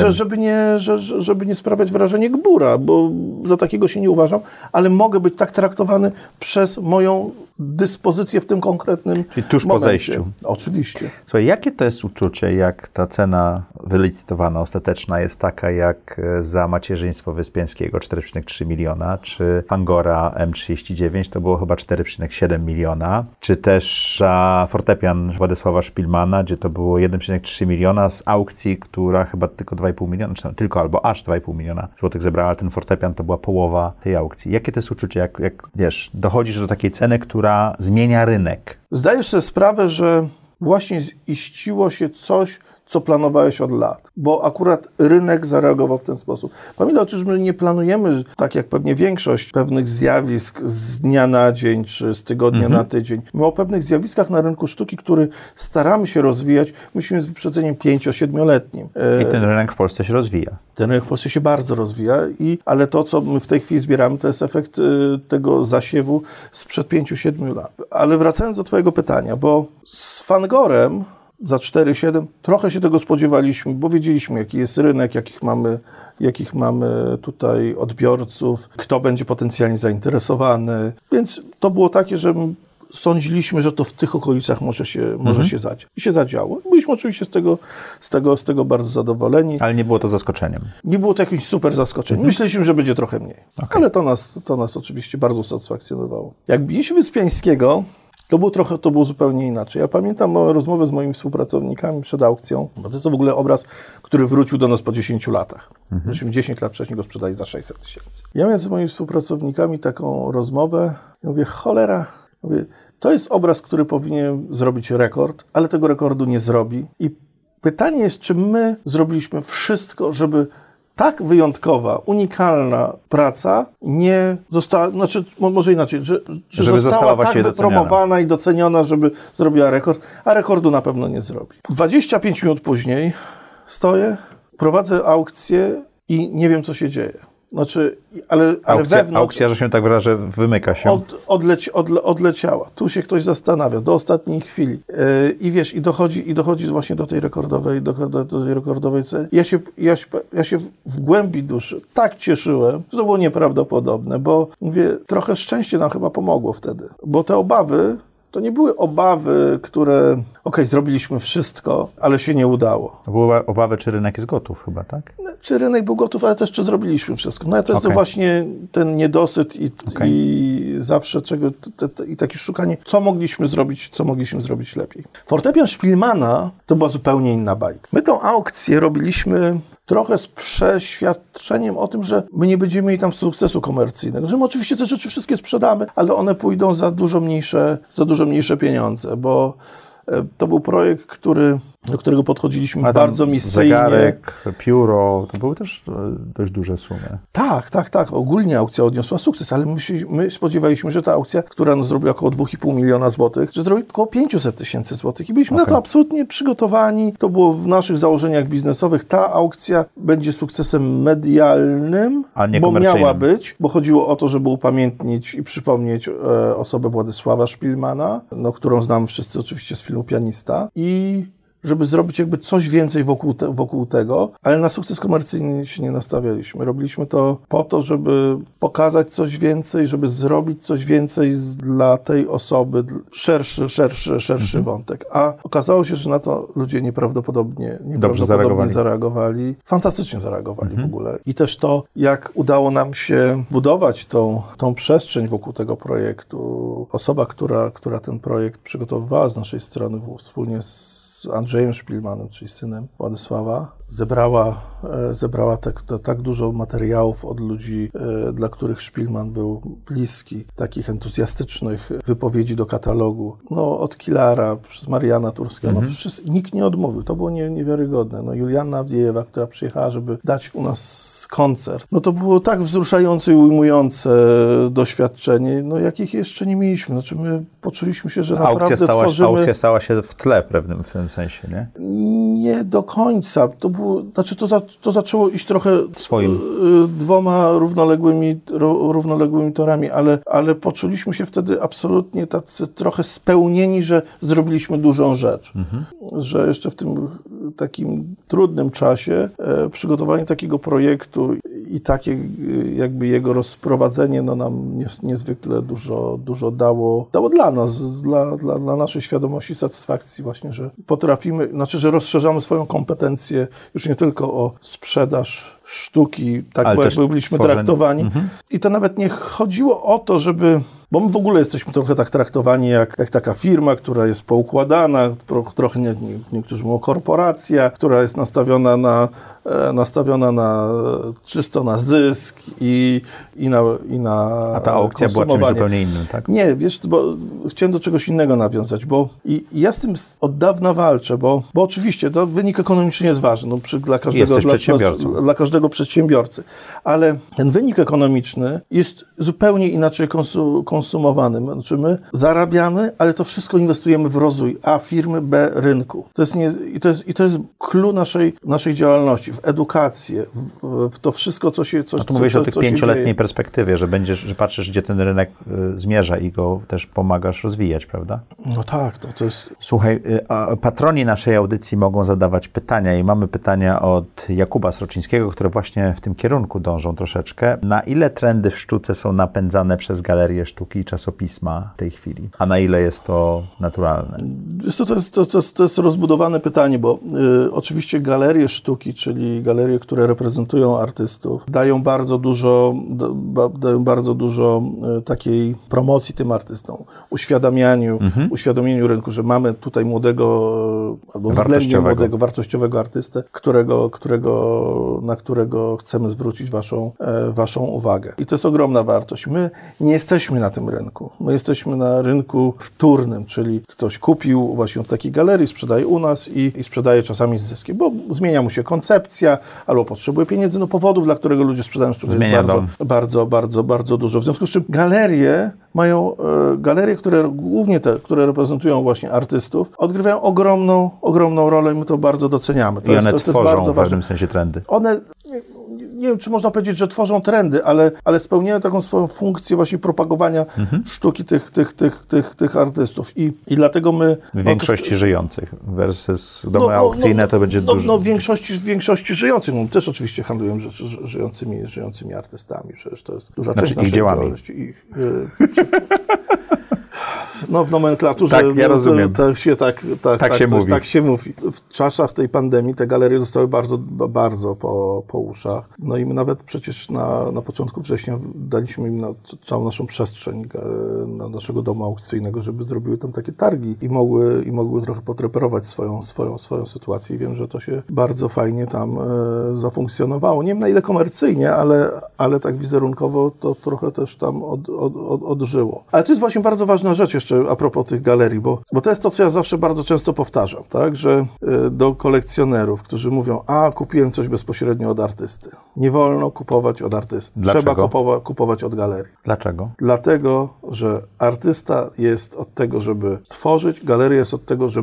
żeby nie sprawiać wrażenia gbura, bo za takiego się nie uważam, ale mogę być tak traktowany przez moją dyspozycję w tym konkretnym i tuż momencie. Po zejściu. Oczywiście. Słuchaj, jakie to jest uczucie, jak ta cena wylicytowana, ostateczna jest taka, jak za macierzyństwo Wyspiańskiego 4,3 miliona, czy Fangora M39 to było chyba 4,7 miliona, czy też za fortepian Władysława Szpilmana, gdzie to było 1,3 miliona z aukcji, która chyba tylko 2,5 miliona, czy tylko albo aż 2,5 miliona złotych zebrała, ale ten fortepian to była połowa tej aukcji. Jakie to jest uczucie, jak wiesz, dochodzisz do takiej ceny, która zmienia rynek? Zdajesz sobie sprawę, że właśnie ziściło się coś, co planowałeś od lat, bo akurat rynek zareagował w ten sposób. Pamiętaj, że my nie planujemy, tak jak pewnie większość, pewnych zjawisk z dnia na dzień, czy z tygodnia na tydzień. My o pewnych zjawiskach na rynku sztuki, który staramy się rozwijać, myślimy z wyprzedzeniem 5-7-letnim. I ten rynek w Polsce się rozwija. Ten rynek w Polsce się bardzo rozwija, ale to, co my w tej chwili zbieramy, to jest efekt tego zasiewu sprzed 5-7 lat. Ale wracając do twojego pytania, bo z Fangorem za 4,7 trochę się tego spodziewaliśmy, bo wiedzieliśmy, jaki jest rynek, jakich mamy tutaj odbiorców, kto będzie potencjalnie zainteresowany. Więc to było takie, że sądziliśmy, że to w tych okolicach może się zadziać. I się zadziało. Byliśmy oczywiście z tego bardzo zadowoleni. Ale nie było to zaskoczeniem. Nie było to jakimś super zaskoczeniem. Myśleliśmy, że będzie trochę mniej. Okay. Ale to nas oczywiście bardzo usatysfakcjonowało. Jak biliśmy Wyspiańskiego, to było zupełnie inaczej. Ja pamiętam rozmowę z moimi współpracownikami przed aukcją, bo to jest w ogóle obraz, który wrócił do nas po 10 latach. Myśmy 10 lat wcześniej go sprzedali za 600 000. Ja miałem z moimi współpracownikami taką rozmowę i mówię, cholera, to jest obraz, który powinien zrobić rekord, ale tego rekordu nie zrobi. I pytanie jest, czy my zrobiliśmy wszystko, żeby tak wyjątkowa, unikalna praca nie została, znaczy może inaczej, że została tak wypromowana i doceniona, żeby zrobiła rekord, a rekordu na pewno nie zrobi. 25 minut później stoję, prowadzę aukcję i nie wiem, co się dzieje. Znaczy, ale wewnątrz... Aukcja, że się tak wyrażę, wymyka się. Odleciała. Tu się ktoś zastanawia, do ostatniej chwili. I wiesz, i dochodzi właśnie do tej rekordowej ceny. Ja się w głębi duszy tak cieszyłem, że to było nieprawdopodobne, bo mówię, trochę szczęście nam chyba pomogło wtedy. Bo te obawy, to nie były obawy, które, zrobiliśmy wszystko, ale się nie udało. To były obawy, czy rynek jest gotów chyba, tak? Czy rynek był gotów, ale też czy zrobiliśmy wszystko. No to jest to właśnie ten niedosyt i zawsze i takie szukanie, co mogliśmy zrobić lepiej. Fortepian Szpilmana to była zupełnie inna bajka. My tą aukcję robiliśmy trochę z przeświadczeniem o tym, że my nie będziemy mieli tam sukcesu komercyjnego. Że my oczywiście te rzeczy wszystkie sprzedamy, ale one pójdą za dużo mniejsze pieniądze, bo to był projekt, do którego podchodziliśmy bardzo misyjnie. Zegarek, pióro, to były też dość duże sumy. Tak. Ogólnie aukcja odniosła sukces, ale my spodziewaliśmy, że ta aukcja, która zrobiła około 2,5 miliona złotych, że zrobi około 500 000 złotych. I byliśmy na to absolutnie przygotowani. To było w naszych założeniach biznesowych. Ta aukcja będzie sukcesem medialnym, bo miała być, bo chodziło o to, żeby upamiętnić i przypomnieć osobę Władysława Szpilmana, którą znamy wszyscy oczywiście z filmu Pianista. I żeby zrobić jakby coś więcej wokół tego, ale na sukces komercyjny się nie nastawialiśmy. Robiliśmy to po to, żeby pokazać coś więcej, żeby zrobić coś więcej dla tej osoby, szerszy wątek. A okazało się, że na to ludzie nieprawdopodobnie zareagowali. Fantastycznie zareagowali w ogóle. I też to, jak udało nam się budować tą przestrzeń wokół tego projektu. Osoba, która ten projekt przygotowywała z naszej strony wspólnie z Andrzejem Szpilmanem, czyli synem Władysława, zebrała tak dużo materiałów od ludzi, dla których Szpilman był bliski, takich entuzjastycznych wypowiedzi do katalogu. No, od Kilara, przez Mariana Turskiego, nikt nie odmówił. To było niewiarygodne. No, Julianna Awdiejewa, która przyjechała, żeby dać u nas koncert. No, to było tak wzruszające i ujmujące doświadczenie, no, jakich jeszcze nie mieliśmy. Znaczy, my poczuliśmy się, że naprawdę tworzymy... Aukcja stała się w tle w tym sensie, nie? Nie do końca. To zaczęło iść trochę swoim dwoma równoległymi torami, ale poczuliśmy się wtedy absolutnie tacy trochę spełnieni, że zrobiliśmy dużą rzecz. Że jeszcze w tym takim trudnym czasie przygotowanie takiego projektu i takie jakby jego rozprowadzenie nam niezwykle dużo dało dla nas, dla naszej świadomości, satysfakcji właśnie, że potrafimy, że rozszerzamy swoją kompetencję już nie tylko o sprzedaż sztuki, tak, bo jakby byliśmy traktowani. I to nawet nie chodziło o to, bo my w ogóle jesteśmy trochę tak traktowani jak taka firma, która jest poukładana, trochę niektórzy mówią korporacja, która jest nastawiona czysto na zysk i na A ta aukcja była czymś zupełnie innym, tak? Nie, wiesz, bo chciałem do czegoś innego nawiązać, bo ja z tym od dawna walczę, bo oczywiście to wynik ekonomiczny jest ważny dla każdego przedsiębiorcy, ale ten wynik ekonomiczny jest zupełnie inaczej konsumowany. Znaczy my zarabiamy, ale to wszystko inwestujemy w rozwój A firmy, B rynku. To jest clue naszej działalności, w edukację, w to wszystko, co się dzieje. A tu mówisz o tych 5-letniej perspektywie, że patrzysz, gdzie ten rynek zmierza i go też pomagasz rozwijać, prawda? No tak, to jest... Słuchaj, patroni naszej audycji mogą zadawać pytania i mamy pytania od Jakuba Sroczyńskiego, które właśnie w tym kierunku dążą troszeczkę. Na ile trendy w sztuce są napędzane przez galerie sztuki i czasopisma w tej chwili? A na ile jest to naturalne? To jest rozbudowane pytanie, bo oczywiście galerie sztuki, czyli galerie, które reprezentują artystów, dają bardzo dużo takiej promocji tym artystom, uświadomieniu rynku, że mamy tutaj młodego, albo względnie młodego, wartościowego artystę, na którego chcemy zwrócić waszą uwagę. I to jest ogromna wartość. My nie jesteśmy na tym rynku. My jesteśmy na rynku wtórnym, czyli ktoś kupił właśnie od takiej galerii, sprzedaje u nas i sprzedaje czasami z zyskiem, bo zmienia mu się koncepcja, albo potrzebuje pieniędzy, powodów, dla którego ludzie sprzedają sztukę, jest bardzo dużo. W związku z czym galerie, które głównie te, które reprezentują właśnie artystów, odgrywają ogromną rolę i my to bardzo doceniamy. I one tworzą w pewnym sensie trendy. One, nie wiem, czy można powiedzieć, że tworzą trendy, ale spełniają taką swoją funkcję właśnie propagowania sztuki tych artystów. I dlatego my... W większości żyjących versus domy aukcyjne to będzie dużo... W większości żyjących. My też oczywiście handlujemy żyjącymi artystami. Przecież to jest duża część naszej działalności. W nomenklaturze tak, ja rozumiem. Tak się mówi. W czasach tej pandemii te galerie zostały bardzo po uszach. No i my nawet przecież na początku września daliśmy im całą naszą przestrzeń na naszego domu aukcyjnego, żeby zrobiły tam takie targi i mogły trochę potreperować swoją sytuację. I wiem, że to się bardzo fajnie tam zafunkcjonowało. Nie wiem, na ile komercyjnie, ale tak wizerunkowo to trochę też tam odżyło. Ale to jest właśnie bardzo ważna rzecz jeszcze a propos tych galerii, bo to jest to, co ja zawsze bardzo często powtarzam, tak, że do kolekcjonerów, którzy mówią, kupiłem coś bezpośrednio od artysty. Nie wolno kupować od artysty. Dlaczego? Trzeba kupować od galerii. Dlaczego? Dlatego, że artysta jest od tego, żeby tworzyć, galeria jest od tego, żeby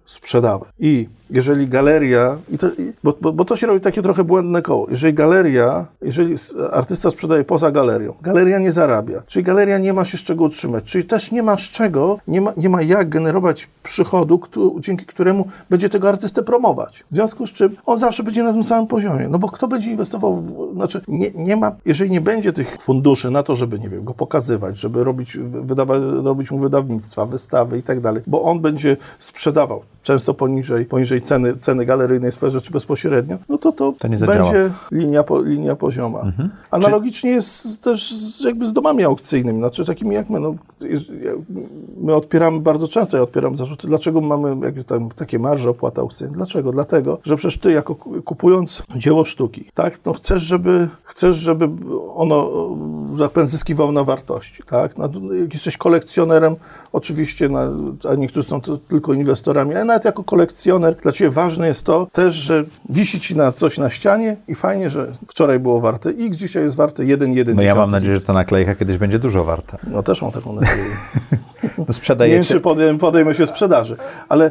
sprzedawać. I jeżeli galeria, bo to się robi takie trochę błędne koło, jeżeli artysta sprzedaje poza galerią, galeria nie zarabia, czyli galeria nie ma się z czego utrzymać, czyli też nie ma z czego, nie ma jak generować przychodu, dzięki któremu będzie tego artystę promować. W związku z czym on zawsze będzie na tym samym poziomie, no bo kto będzie inwestował, nie ma, jeżeli nie będzie tych funduszy na to, żeby, nie wiem, go pokazywać, żeby robić mu wydawnictwa, wystawy i tak dalej, bo on będzie sprzedawał często poniżej ceny galeryjnej w sferze, czy bezpośrednio, no to będzie linia pozioma. Analogicznie jest też jakby z domami aukcyjnymi, znaczy takimi jak my. No, my odpieramy bardzo często, ja odpieram zarzuty, dlaczego mamy jakby tam takie marże, opłaty aukcyjne. Dlaczego? Dlatego, że przecież ty jako kupując dzieło sztuki, tak, no chcesz, żeby ono, że tak powiem, zyskiwało na wartości, tak? No, jak jesteś kolekcjonerem, oczywiście, a niektórzy są tylko inwestorami, ale nawet jako kolekcjoner, dla ciebie ważne jest to też, że wisi ci coś na ścianie i fajnie, że wczoraj było warte X, dzisiaj jest warte 1,1. No ja mam nadzieję, że ta naklejka kiedyś będzie dużo warta. No też mam taką nadzieję. No sprzedajecie. Nie wiem, czy podejmę się sprzedaży, ale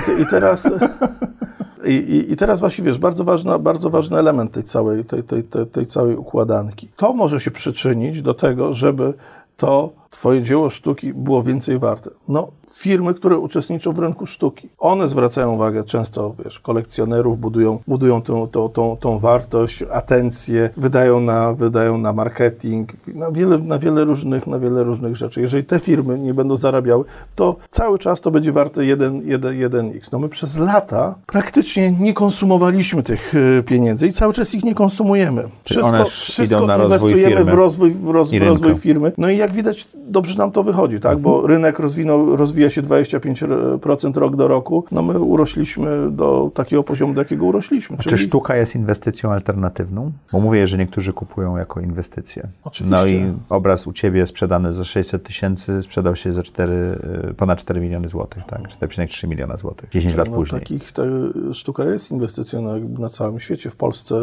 i teraz właśnie, wiesz, bardzo ważny element tej całej układanki. To może się przyczynić do tego, żeby to twoje dzieło sztuki było więcej warte. No, firmy, które uczestniczą w rynku sztuki, one zwracają uwagę często, wiesz, kolekcjonerów, budują tą wartość, atencję, wydają na marketing, na wiele różnych rzeczy. Jeżeli te firmy nie będą zarabiały, to cały czas to będzie warte 1x. No my przez lata praktycznie nie konsumowaliśmy tych pieniędzy i cały czas ich nie konsumujemy. Wszystko inwestujemy w rozwój firmy. No i jak widać, dobrze nam to wychodzi, tak? Bo rynek rozwija się 25% rok do roku. No my urośliśmy do takiego poziomu, do jakiego urośliśmy. Czy sztuka jest inwestycją alternatywną? Bo mówię, że niektórzy kupują jako inwestycję. Oczywiście. No i obraz u ciebie sprzedany za 600 000 sprzedał się za ponad 4 miliony złotych, tak? 4,3 miliona złotych. 10 lat później. Sztuka jest inwestycją na całym świecie. W Polsce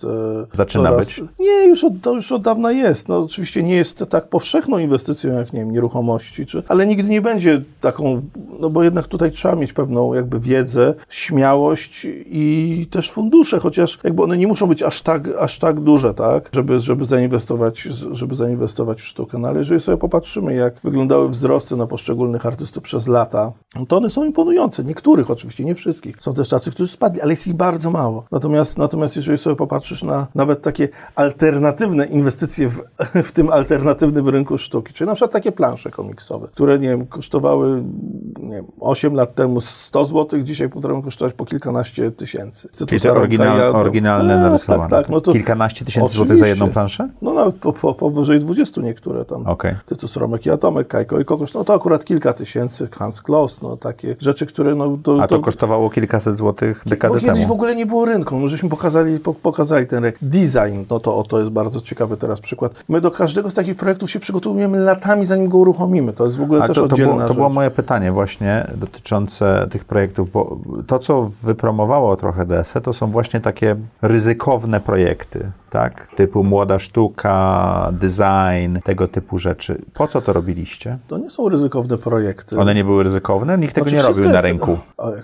zaczyna być? Nie, to już od dawna jest. No oczywiście nie jest tak powszechną inwestycją jak, nie wiem, nieruchomości, ale nigdy nie będzie taką, no bo jednak tutaj trzeba mieć pewną jakby wiedzę, śmiałość i też fundusze, chociaż jakby one nie muszą być aż tak duże, tak, żeby zainwestować w sztukę. No ale jeżeli sobie popatrzymy, jak wyglądały wzrosty na poszczególnych artystów przez lata, to one są imponujące. Niektórych oczywiście, nie wszystkich. Są też tacy, którzy spadli, ale jest ich bardzo mało. Natomiast jeżeli sobie popatrzysz na nawet takie alternatywne inwestycje w tym alternatywnym rynku sztuki, czyli na przykład takie plansze komiksowe, które, nie wiem, kosztowały, nie wiem, 8 lat temu 100 zł, dzisiaj potrafią kosztować po kilkanaście tysięcy. Czyli te oryginalne narysowane. Tak. No to kilkanaście tysięcy złotych za jedną planszę? No nawet powyżej 20 niektóre tam. Okay. Tytus Romek i Atomek, Kajko i Kokosz, no to akurat kilka tysięcy, Hans Kloss, no takie rzeczy, które no... To kosztowało kilkaset złotych dekadę temu. Kiedyś w ogóle nie było rynku, no żeśmy pokazali ten design, no to jest bardzo ciekawy teraz przykład. My do każdego z takich projektów się przygotowujemy latami, zanim go uruchomimy. To jest w ogóle też oddzielna rzecz. To było moje pytanie właśnie dotyczące tych projektów, bo to, co wypromowało trochę DSE, to są właśnie takie ryzykowne projekty, tak? Typu młoda sztuka, design, tego typu rzeczy. Po co to robiliście? To nie są ryzykowne projekty. One nie były ryzykowne? Nikt tego nie robił na rynku.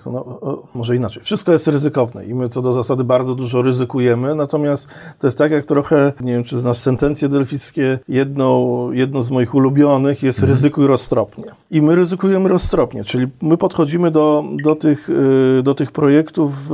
Może inaczej. Wszystko jest ryzykowne i my co do zasady bardzo dużo ryzykujemy, natomiast to jest tak jak trochę, nie wiem, czy znasz sentencje delfickie, jedną z moich ulubionych jest ryzykuj roztropnie. I my ryzykujemy roztropnie, czyli my podchodzimy do tych projektów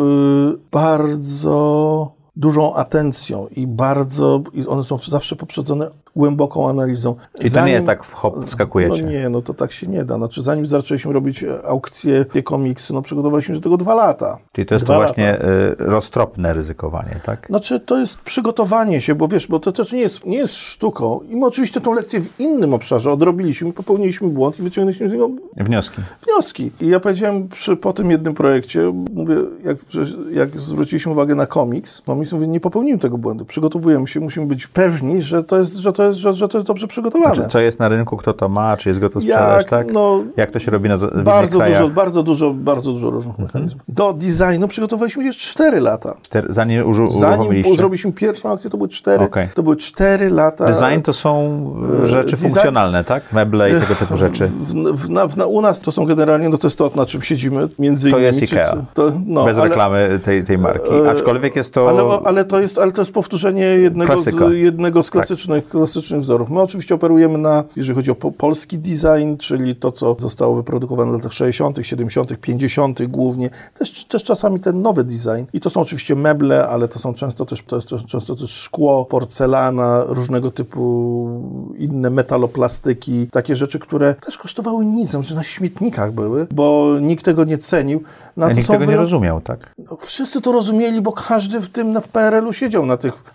bardzo dużą atencją i one są zawsze poprzedzone głęboką analizą. I to nie jest tak wskakujecie. No nie, no to tak się nie da. Znaczy, zanim zaczęliśmy robić aukcję komiksy, no przygotowaliśmy się do tego 2 lata. Czyli to jest to właśnie roztropne ryzykowanie, tak? Znaczy, to jest przygotowanie się, bo wiesz, bo to też nie jest sztuką i my oczywiście tą lekcję w innym obszarze odrobiliśmy, popełniliśmy błąd i wyciągnęliśmy z niego wnioski. I ja powiedziałem po tym jednym projekcie, mówię, jak zwróciliśmy uwagę na komiks, mówię, nie popełnimy tego błędu, przygotowujemy się, musimy być pewni, że to jest że to jest dobrze przygotowane. Znaczy, co jest na rynku, kto to ma, czy jest gotów sprzedać, tak? Jak to się robi w innych krajach? Bardzo dużo różnych mechanizmów. Do designu przygotowaliśmy już 4 lata. Zanim uruchomiliście? Zrobiliśmy pierwszą akcję, to były 4 lata. Design to są rzeczy funkcjonalne, tak? Meble i tego typu rzeczy. U nas to są generalnie, to jest to, na czym siedzimy, między innymi. To jest IKEA. Bez reklamy tej marki. Aczkolwiek jest to... Ale to jest powtórzenie jednego z klasycznych wzorów. My oczywiście operujemy jeżeli chodzi o polski design, czyli to, co zostało wyprodukowane w latach 60., 70., 50. głównie. Też czasami ten nowy design. I to są oczywiście meble, ale to są często też szkło, porcelana, różnego typu inne metaloplastyki, takie rzeczy, które też kosztowały nic, że na śmietnikach były, bo nikt tego nie cenił. Nikt tego nie rozumiał, tak? Wszyscy to rozumieli, bo każdy w PRL-u siedział na tych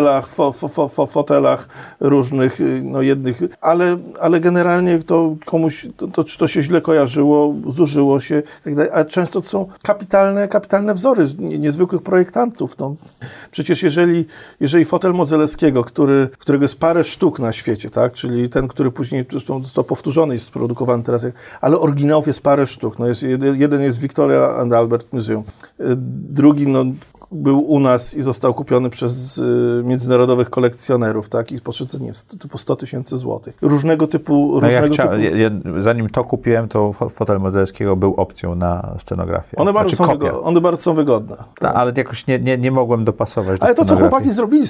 fotelach różnych, jednych, ale generalnie to komuś, czy to się źle kojarzyło, zużyło się, tak dalej, a często to są kapitalne wzory niezwykłych projektantów. Przecież jeżeli fotel Modzelewskiego, którego jest parę sztuk na świecie, tak, czyli ten, który później został powtórzony, jest sprodukowany teraz, ale oryginałów jest parę sztuk. Jeden jest Victoria and Albert Museum, drugi był u nas i został kupiony przez międzynarodowych kolekcjonerów, tak? I po cenie typu 100 000 złotych. Różnego typu... Zanim to kupiłem, to fotel Modzelewskiego był opcją na scenografię. One bardzo są wygodne. Ale jakoś nie mogłem dopasować do Ale to, co chłopaki zrobili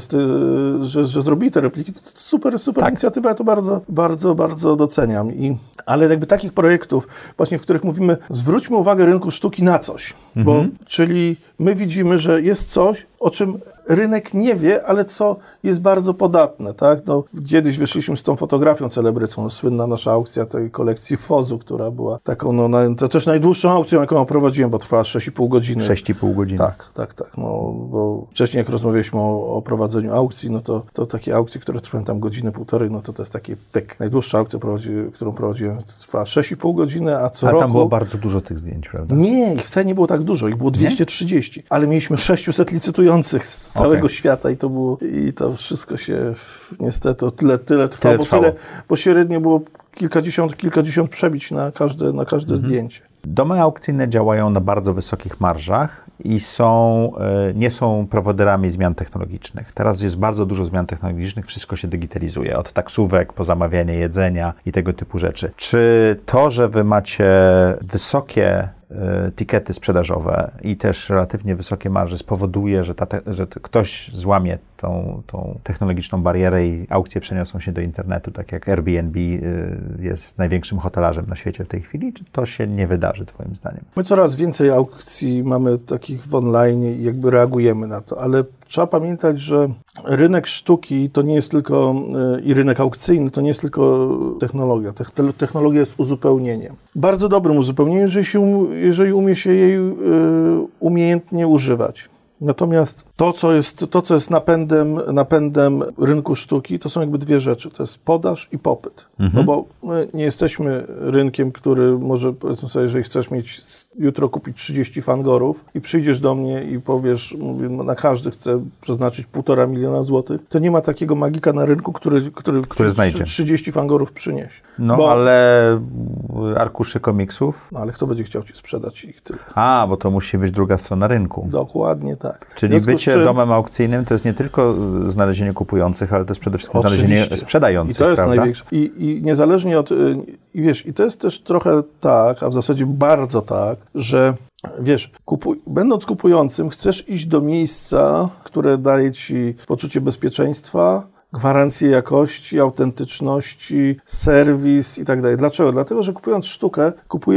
że zrobili te repliki, to super inicjatywa, ja to bardzo doceniam. Ale jakby takich projektów, właśnie w których mówimy, zwróćmy uwagę rynku sztuki na coś. Czyli my widzimy, że jest coś, o czym rynek nie wie, ale co jest bardzo podatne, tak? Kiedyś wyszliśmy z tą fotografią celebrycką, słynna nasza aukcja tej kolekcji Fozu, która była taką, to też najdłuższą aukcją, jaką prowadziłem, bo trwała 6,5 godziny. 6,5 godziny. Tak. Bo wcześniej, jak rozmawialiśmy o prowadzeniu aukcji, to takie aukcje, które trwają tam godzinę, półtorej, to jest taki pyk. Najdłuższa aukcja, którą prowadziłem, trwała 6,5 godziny, a co roku... Ale tam było bardzo dużo tych zdjęć, prawda? Nie, ich wcale nie było tak dużo, ich było 230, ale mieliśmy 600 licytujących z całego świata i to wszystko się niestety tyle trwało, bo średnio było kilkadziesiąt przebić na każde zdjęcie. Domy aukcyjne działają na bardzo wysokich marżach i nie są prowodyrami zmian technologicznych. Teraz jest bardzo dużo zmian technologicznych, wszystko się digitalizuje, od taksówek po zamawianie jedzenia i tego typu rzeczy. Czy to, że wy macie wysokie tikety sprzedażowe i też relatywnie wysokie marże spowoduje, że ktoś złamie tą technologiczną barierę i aukcje przeniosą się do internetu, tak jak Airbnb jest największym hotelarzem na świecie w tej chwili, czy to się nie wydarzy twoim zdaniem? My coraz więcej aukcji mamy takich w online i jakby reagujemy na to, ale trzeba pamiętać, że rynek sztuki to nie jest tylko i rynek aukcyjny to nie jest tylko technologia. Technologia jest uzupełnieniem. Bardzo dobrym uzupełnieniem, jeżeli umie się jej umiejętnie używać. Natomiast to, co jest napędem rynku sztuki, to są jakby dwie rzeczy. To jest podaż i popyt. No bo my nie jesteśmy rynkiem, który może, powiedzmy sobie, jeżeli chcesz mieć jutro kupić 30 fangorów i przyjdziesz do mnie i powiesz, mówię, na każdy chcę przeznaczyć 1,5 miliona złotych, to nie ma takiego magika na rynku, który znajdzie 30 fangorów przyniesie. Ale arkuszy komiksów? Ale kto będzie chciał ci sprzedać ich tyle? Bo to musi być druga strona rynku. Dokładnie tak. Czyli bycie domem aukcyjnym to jest nie tylko znalezienie kupujących, ale też przede wszystkim znalezienie sprzedających. I to jest największe. I niezależnie od... I to jest też trochę tak, a w zasadzie bardzo tak, że będąc kupującym, chcesz iść do miejsca, które daje ci poczucie bezpieczeństwa, gwarancję jakości, autentyczności, serwis i tak dalej. Dlaczego? Dlatego, że kupując sztukę,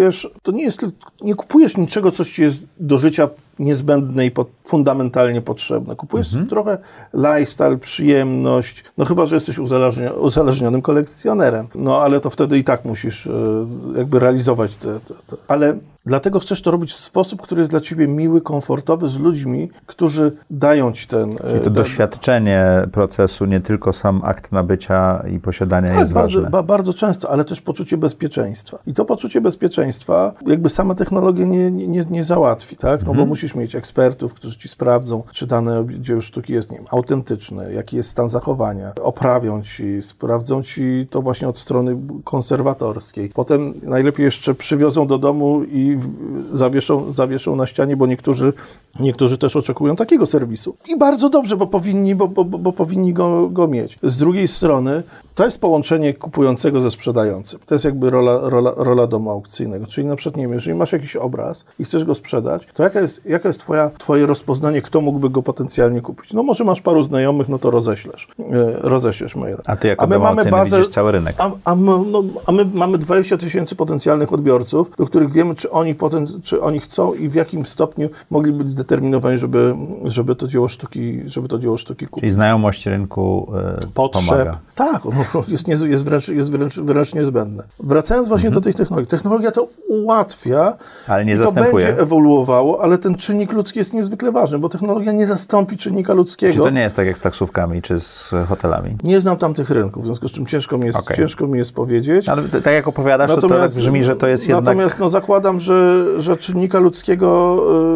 nie kupujesz niczego, co ci jest do życia niezbędne i fundamentalnie potrzebne. Kupujesz trochę lifestyle, przyjemność, chyba że jesteś uzależnionym kolekcjonerem. Ale to wtedy i tak musisz jakby realizować te. Ale dlatego chcesz to robić w sposób, który jest dla ciebie miły, komfortowy, z ludźmi, którzy dają ci Czyli to doświadczenie procesu, nie tylko sam akt nabycia i posiadania jest ważne. Bardzo często, ale też poczucie bezpieczeństwa. I to poczucie bezpieczeństwa jakby sama technologia nie załatwi, tak? Bo musisz mieć ekspertów, którzy ci sprawdzą, czy dane dzieło sztuki jest, nie wiem, autentyczne, jaki jest stan zachowania, oprawią ci, sprawdzą ci to właśnie od strony konserwatorskiej. Potem najlepiej jeszcze przywiozą do domu i zawieszą na ścianie, bo niektórzy też oczekują takiego serwisu. I bardzo dobrze, bo powinni go mieć. Z drugiej strony to jest połączenie kupującego ze sprzedającym. To jest jakby rola domu aukcyjnego. Czyli na przykład, nie wiem, jeżeli masz jakiś obraz i chcesz go sprzedać, to jaka jest twoje rozpoznanie, kto mógłby go potencjalnie kupić? No może masz paru znajomych, no to roześlesz maila. A ty jako dom aukcyjny widzisz cały rynek. A my mamy 20 000 potencjalnych odbiorców, do których wiemy, czy oni chcą i w jakim stopniu mogli być zdeterminowani, żeby to dzieło sztuki kupić. Czyli znajomość rynku pomaga. Tak, jest wręcz niezbędne. Wracając właśnie do tej technologii. Technologia to ułatwia, ale nie i zastępuje. To będzie ewoluowało, ale ten czynnik ludzki jest niezwykle ważny, bo technologia nie zastąpi czynnika ludzkiego. Czy to nie jest tak jak z taksówkami, czy z hotelami? Nie znam tamtych rynków, w związku z czym ciężko mi jest powiedzieć. Ale tak jak opowiadasz, to tak brzmi, że to jest jednak... Natomiast zakładam, że czynnika ludzkiego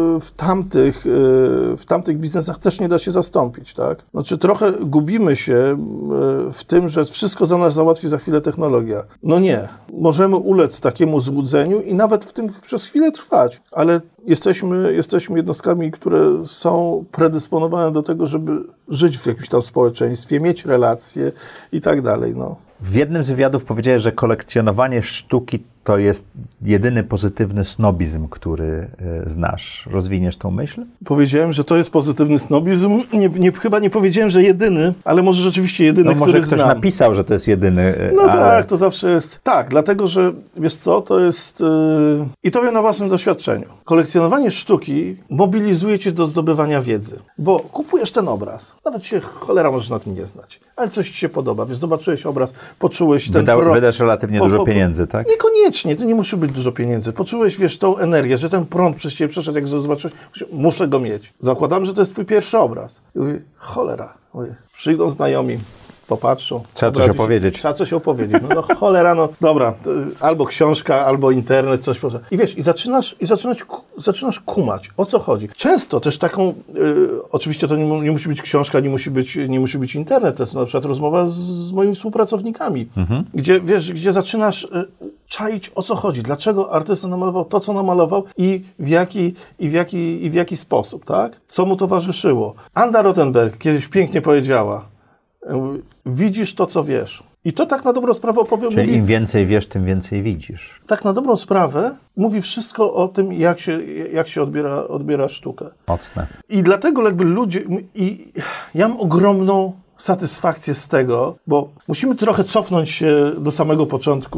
w tamtych biznesach też nie da się zastąpić, tak? Znaczy trochę gubimy się w tym, że wszystko za nas załatwi za chwilę technologia. No nie. Możemy ulec takiemu złudzeniu i nawet w tym przez chwilę trwać, ale jesteśmy jednostkami, które są predysponowane do tego, żeby żyć w jakimś tam społeczeństwie, mieć relacje i tak dalej, no. W jednym z wywiadów powiedziałeś, że kolekcjonowanie sztuki to jest jedyny pozytywny snobizm, który znasz. Rozwiniesz tą myśl? Powiedziałem, że to jest pozytywny snobizm. Chyba nie powiedziałem, że jedyny, ale może rzeczywiście jedyny, który znam. Może ktoś napisał, że to jest jedyny. No ale... tak, to zawsze jest. Tak, dlatego, że wiesz co, to jest... I to wiem na własnym doświadczeniu. Kolekcjonowanie sztuki mobilizuje cię do zdobywania wiedzy, bo kupujesz ten obraz. Nawet się cholera możesz nad nim nie znać, ale coś ci się podoba. Wiesz, zobaczyłeś obraz, poczułeś ten... Wydasz relatywnie dużo pieniędzy, tak? Niekoniecznie, to nie musi być dużo pieniędzy. Poczułeś, wiesz, tą energię, że ten prąd przez ciebie przeszedł, jak zobaczyłeś, muszę go mieć. Zakładam, że to jest twój pierwszy obraz. I mówię, cholera. Mówię, przyjdą znajomi, popatrzą. Trzeba coś opowiedzieć. Trzeba coś opowiedzieć. No cholera, no dobra, albo książka, albo internet, coś. I wiesz, zaczynasz kumać, o co chodzi. Często też taką, oczywiście to nie musi być książka, nie musi być internet, to jest na przykład rozmowa z moimi współpracownikami, gdzie zaczynasz czaić, o co chodzi, dlaczego artysta namalował to, co namalował i w jaki sposób, tak? Co mu towarzyszyło. Anda Rothenberg kiedyś pięknie powiedziała, widzisz to, co wiesz. I to tak na dobrą sprawę Czyli im więcej wiesz, tym więcej widzisz. Tak na dobrą sprawę mówi wszystko o tym, jak się odbiera sztukę. Mocne. I dlatego jakby ludzie... I ja mam ogromną satysfakcję z tego, bo musimy trochę cofnąć się do samego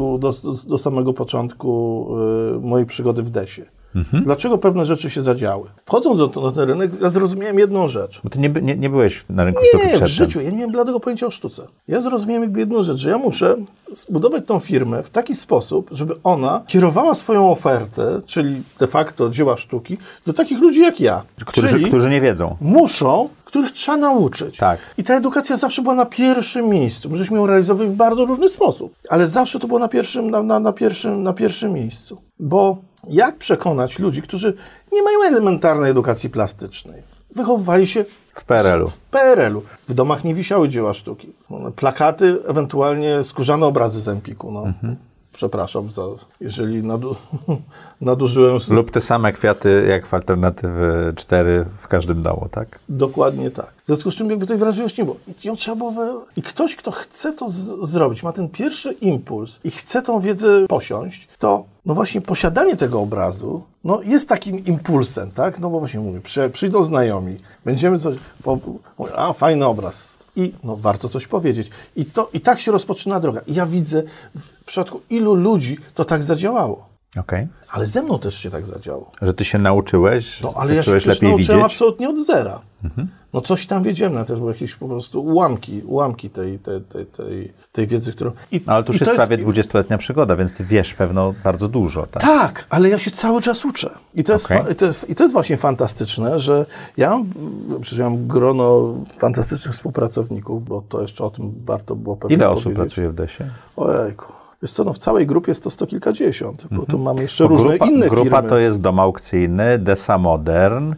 początku mojej przygody w DES-ie. Dlaczego pewne rzeczy się zadziały? Wchodząc na ten rynek, ja zrozumiałem jedną rzecz. Bo ty nie byłeś na rynku sztuki przedtem. Nie, w życiu. Ja nie miałem bladego pojęcia o sztuce. Ja zrozumiałem jakby jedną rzecz, że ja muszę zbudować tą firmę w taki sposób, żeby ona kierowała swoją ofertę, czyli de facto dzieła sztuki, do takich ludzi jak ja. Którzy nie wiedzą. Których trzeba nauczyć. Tak. I ta edukacja zawsze była na pierwszym miejscu. My żeśmy ją realizowali w bardzo różny sposób, ale zawsze to było na pierwszym miejscu. Bo jak przekonać ludzi, którzy nie mają elementarnej edukacji plastycznej? Wychowywali się w PRL-u. W domach nie wisiały dzieła sztuki. Plakaty, ewentualnie skórzane obrazy z Empiku. No. Przepraszam, jeżeli nadużyłem... Lub te same kwiaty jak w Alternatywy 4 w każdym domu, tak? Dokładnie tak. W związku z czym jakby tej wrażliwości nie było. I ktoś, kto chce to zrobić, ma ten pierwszy impuls i chce tą wiedzę posiąść, to no właśnie posiadanie tego obrazu jest takim impulsem, tak? No bo właśnie mówię, przyjdą znajomi, będziemy coś... fajny obraz. I warto coś powiedzieć. I tak się rozpoczyna droga. I ja widzę w przypadku ilu ludzi to tak zadziałało. Okay. Ale ze mną też się tak zadziało. Że ty się nauczyłeś, ale ja się lepiej nauczyłem widzieć? absolutnie od zera. Coś tam wiedziałem, ale też były jakieś po prostu ułamki tej wiedzy, którą... Ale to już jest prawie 20-letnia przygoda, więc ty wiesz pewno bardzo dużo, tak? Tak, ale ja się cały czas uczę. I to jest właśnie fantastyczne, że ja mam grono fantastycznych współpracowników, bo to jeszcze o tym warto było pewnie Ile powiedzieć. osób pracuje w DES-ie? Ojejku. Wiesz co, no w całej grupie jest to 100 kilkadziesiąt, bo tu mamy jeszcze różne inne firmy. Grupa to jest dom aukcyjny, Desa Modern,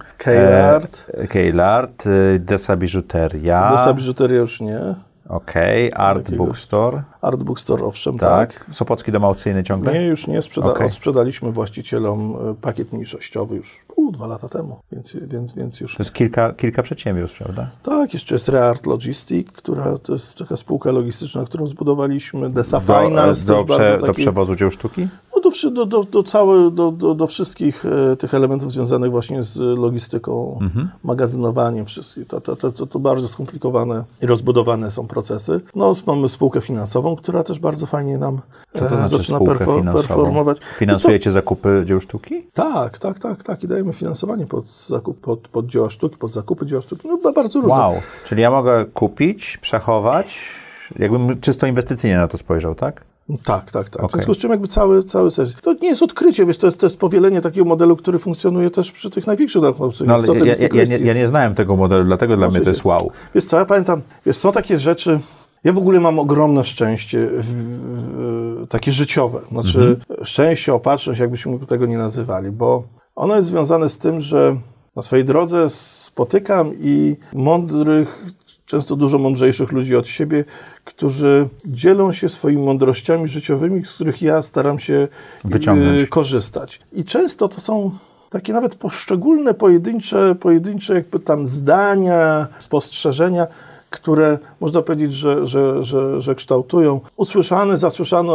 Keilart, Desa Biżuteria. Desa Biżuteria już nie. Okej, Art Bookstore. Art Bookstore, owszem, tak. Sopocki dom aukcyjny ciągle? Nie, już nie. Sprzedaliśmy właścicielom pakiet mniejszościowy już 2 lata temu, więc już. To jest kilka przedsiębiorstw, prawda? Tak, jeszcze jest Reart Logistic, która to jest taka spółka logistyczna, którą zbudowaliśmy. Desa Finance. Do przewozu dzieł sztuki? No do wszystkich tych elementów związanych właśnie z logistyką, magazynowaniem wszystkich. To bardzo skomplikowane i rozbudowane są procesy. No, mamy spółkę finansową, która też bardzo fajnie nam zaczyna performować. Finansujecie zakupy dzieł sztuki? Tak. I dajemy finansowanie pod zakup, pod dzieła sztuki, pod zakupy dzieła sztuki. No, bardzo różne. Wow, czyli ja mogę kupić, przechować, jakbym czysto inwestycyjnie na to spojrzał, tak? Tak. Okay. W związku z czym jakby cały sens. To nie jest odkrycie, wiesz, to jest powielenie takiego modelu, który funkcjonuje też przy tych największych naukowcach. No, ale ja nie znałem tego modelu, dlatego dla mnie to jest wow. Wiesz co, ja pamiętam, są takie rzeczy. Ja w ogóle mam ogromne szczęście, takie życiowe. Znaczy szczęście, opatrzność, jakbyśmy tego nie nazywali, bo ono jest związane z tym, że na swojej drodze spotykam i mądrych, często dużo mądrzejszych ludzi od siebie, którzy dzielą się swoimi mądrościami życiowymi, z których ja staram się korzystać. I często to są takie nawet poszczególne, pojedyncze jakby tam zdania, spostrzeżenia, które można powiedzieć, że kształtują. Usłyszane, zasłyszane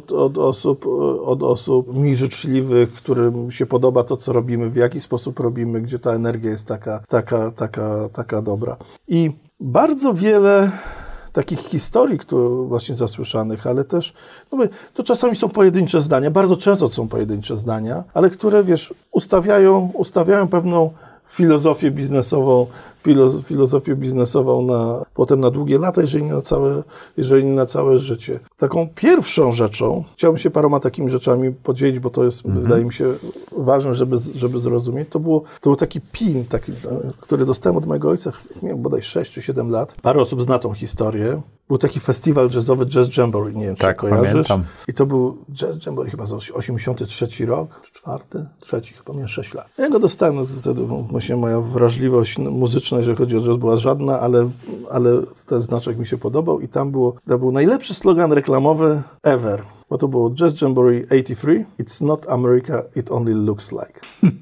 od osób mi życzliwych, którym się podoba to, co robimy, w jaki sposób robimy, gdzie ta energia jest taka dobra. I bardzo wiele takich historii, które właśnie zasłyszanych, ale też, to czasami są pojedyncze zdania, bardzo często są pojedyncze zdania, ale które, wiesz, ustawiają pewną filozofię biznesową potem na długie lata, jeżeli nie na całe życie. Taką pierwszą rzeczą, chciałbym się paroma takimi rzeczami podzielić, bo to jest, wydaje mi się, ważne, żeby zrozumieć. To był taki pin, który dostałem od mojego ojca, miałem bodaj 6 czy 7 lat. Parę osób zna tą historię. Był taki festiwal jazzowy Jazz Jamboree, nie wiem, czy kojarzysz. Pamiętam. I to był Jazz Jamboree chyba za 83 rok, 4, 3, chyba miałem 6 lat. Ja go dostałem, wtedy właśnie moja wrażliwość muzyczna, jeżeli chodzi o jazz, była żadna, ale ten znaczek mi się podobał i tam był najlepszy slogan reklamowy ever. Bo to było Jazz Jamboree 83, It's not America, it only looks like.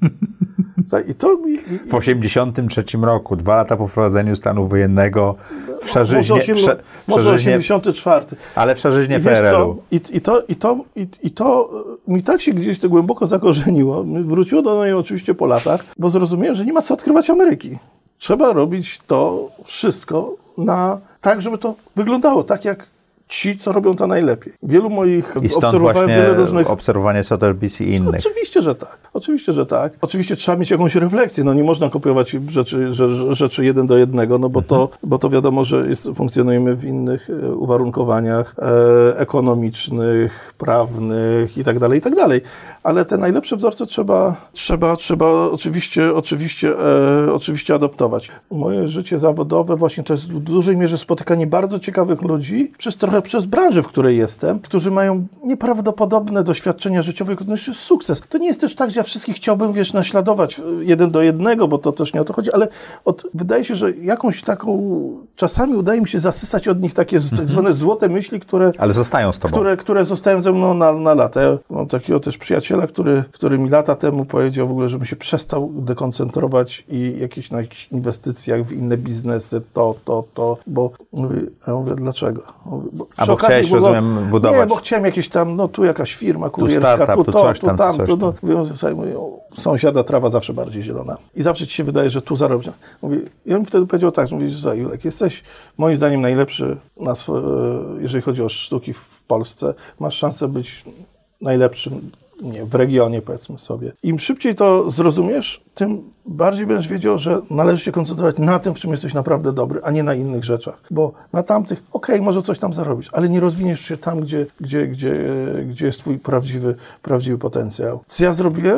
W 83 roku, 2 lata po wprowadzeniu stanu wojennego w Szarzyźnie... Może 84. Ale w Szarzyźnie PRL-u. I to mi tak się gdzieś to głęboko zakorzeniło. Wróciło do niej oczywiście po latach, bo zrozumiałem, że nie ma co odkrywać Ameryki. Trzeba robić to wszystko tak, żeby to wyglądało tak, jak ci, co robią to najlepiej. Wielu moich obserwowałem wiele różnych... obserwowanie Sotheby's i innych. Oczywiście, że tak. Oczywiście trzeba mieć jakąś refleksję. Nie można kopiować rzeczy 1 do 1, bo to wiadomo, że funkcjonujemy w innych uwarunkowaniach ekonomicznych, prawnych i tak dalej. Ale te najlepsze wzorce trzeba oczywiście adoptować. Moje życie zawodowe właśnie to jest w dużej mierze spotykanie bardzo ciekawych ludzi, przez branżę, w której jestem, którzy mają nieprawdopodobne doświadczenia życiowe, to jest sukces. To nie jest też tak, że ja wszystkich chciałbym, naśladować 1 do 1, bo to też nie o to chodzi, ale wydaje się, że jakąś taką, czasami udaje mi się zasysać od nich takie tak zwane złote myśli, które... Ale zostają z tobą. Które zostają ze mną na lata. Ja mam takiego też przyjaciela, który mi lata temu powiedział w ogóle, żebym się przestał dekoncentrować i na jakichś inwestycjach w inne biznesy, bo ja mówię, dlaczego? Bo chciałeś, rozumiem, budować. Nie, bo chciałem jakieś tam, tu jakaś firma kurierska, tu tamto. Sąsiada trawa zawsze bardziej zielona. I zawsze ci się wydaje, że tu zarobisz. I on mi wtedy powiedział tak, że Julek, jesteś moim zdaniem najlepszy, jeżeli chodzi o sztuki w Polsce. Masz szansę być najlepszym w regionie, powiedzmy sobie. Im szybciej to zrozumiesz, tym bardziej będziesz wiedział, że należy się koncentrować na tym, w czym jesteś naprawdę dobry, a nie na innych rzeczach. Bo na tamtych, może coś tam zarobić, ale nie rozwiniesz się tam, gdzie jest twój prawdziwy potencjał. Co ja zrobiłem?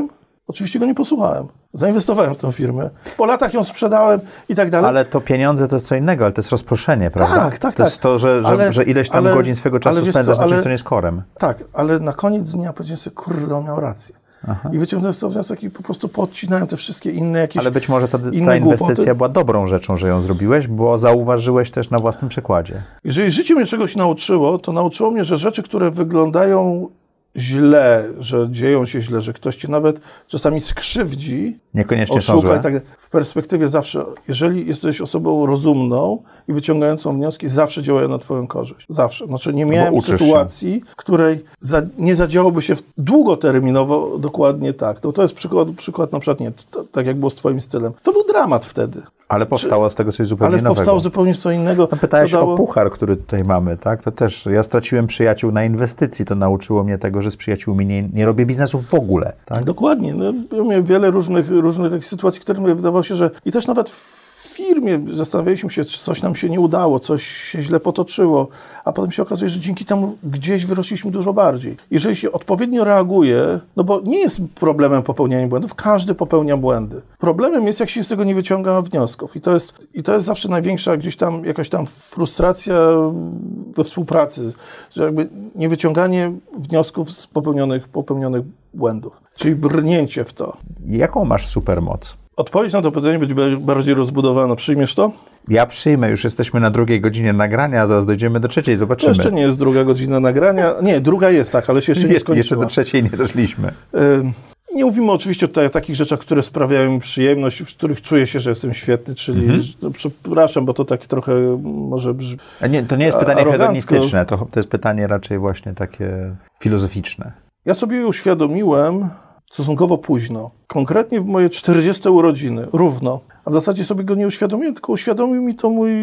Oczywiście go nie posłuchałem. Zainwestowałem w tę firmę. Po latach ją sprzedałem i tak dalej. Ale to pieniądze to jest co innego, ale to jest rozproszenie, prawda? Tak. To jest to, że ileś tam godzin swojego czasu spędzasz na czymś, co nie jest korem. Tak, ale na koniec dnia powiedziałem sobie, kurde, on miał rację. Aha. I wyciągnąłem z tego wniosek i po prostu podcinałem te wszystkie inne jakieś Ale być może ta inwestycja była dobrą rzeczą, że ją zrobiłeś, bo zauważyłeś też na własnym przykładzie. Jeżeli życie mnie czegoś nauczyło, to nauczyło mnie, że rzeczy, które wyglądają źle, że dzieją się źle, że ktoś cię nawet czasami skrzywdzi, niekoniecznie oszuka i tak dalej. W perspektywie zawsze, jeżeli jesteś osobą rozumną i wyciągającą wnioski, zawsze działają na twoją korzyść. Zawsze. Znaczy nie miałem sytuacji, w której nie zadziałoby się długoterminowo dokładnie tak. To jest przykład na przykład, nie, tak jak było z twoim stylem. To był dramat wtedy. Ale powstało z tego coś zupełnie nowego. Ale powstało zupełnie co innego. No, pytałeś o puchar, który tutaj mamy, tak? To też, ja straciłem przyjaciół na inwestycji, to nauczyło mnie tego, że z przyjaciółmi nie robię biznesu w ogóle. Tak? Dokładnie. No, ja miałem wiele różnych sytuacji, które mi wydawało się, że i też nawet w firmie zastanawialiśmy się, czy coś nam się nie udało, coś się źle potoczyło, a potem się okazuje, że dzięki temu gdzieś wyrośliśmy dużo bardziej. Jeżeli się odpowiednio reaguje, no bo nie jest problemem popełniania błędów, każdy popełnia błędy. Problemem jest, jak się z tego nie wyciąga wniosków. I to jest zawsze największa gdzieś tam jakaś tam frustracja we współpracy, że jakby nie wyciąganie wniosków z popełnionych błędów. Czyli brnięcie w to. Jaką masz supermoc? Odpowiedź na to pytanie będzie bardziej rozbudowana. Przyjmiesz to? Ja przyjmę. Już jesteśmy na 2 godzinie nagrania, a zaraz dojdziemy do 3. Zobaczymy. To jeszcze nie jest 2 godzina nagrania. Nie, 2 jest, tak, ale się jeszcze nie skończyła. Jeszcze do 3 nie doszliśmy. Nie mówimy oczywiście tutaj o takich rzeczach, które sprawiają mi przyjemność, w których czuję się, że jestem świetny, czyli, no, przepraszam, bo to tak trochę może brzmi. To nie jest pytanie hedonistyczne, to jest pytanie raczej właśnie takie filozoficzne. Ja sobie uświadomiłem stosunkowo późno, konkretnie w moje 40 urodziny, równo. A w zasadzie sobie go nie uświadomiłem, tylko uświadomił mi to mój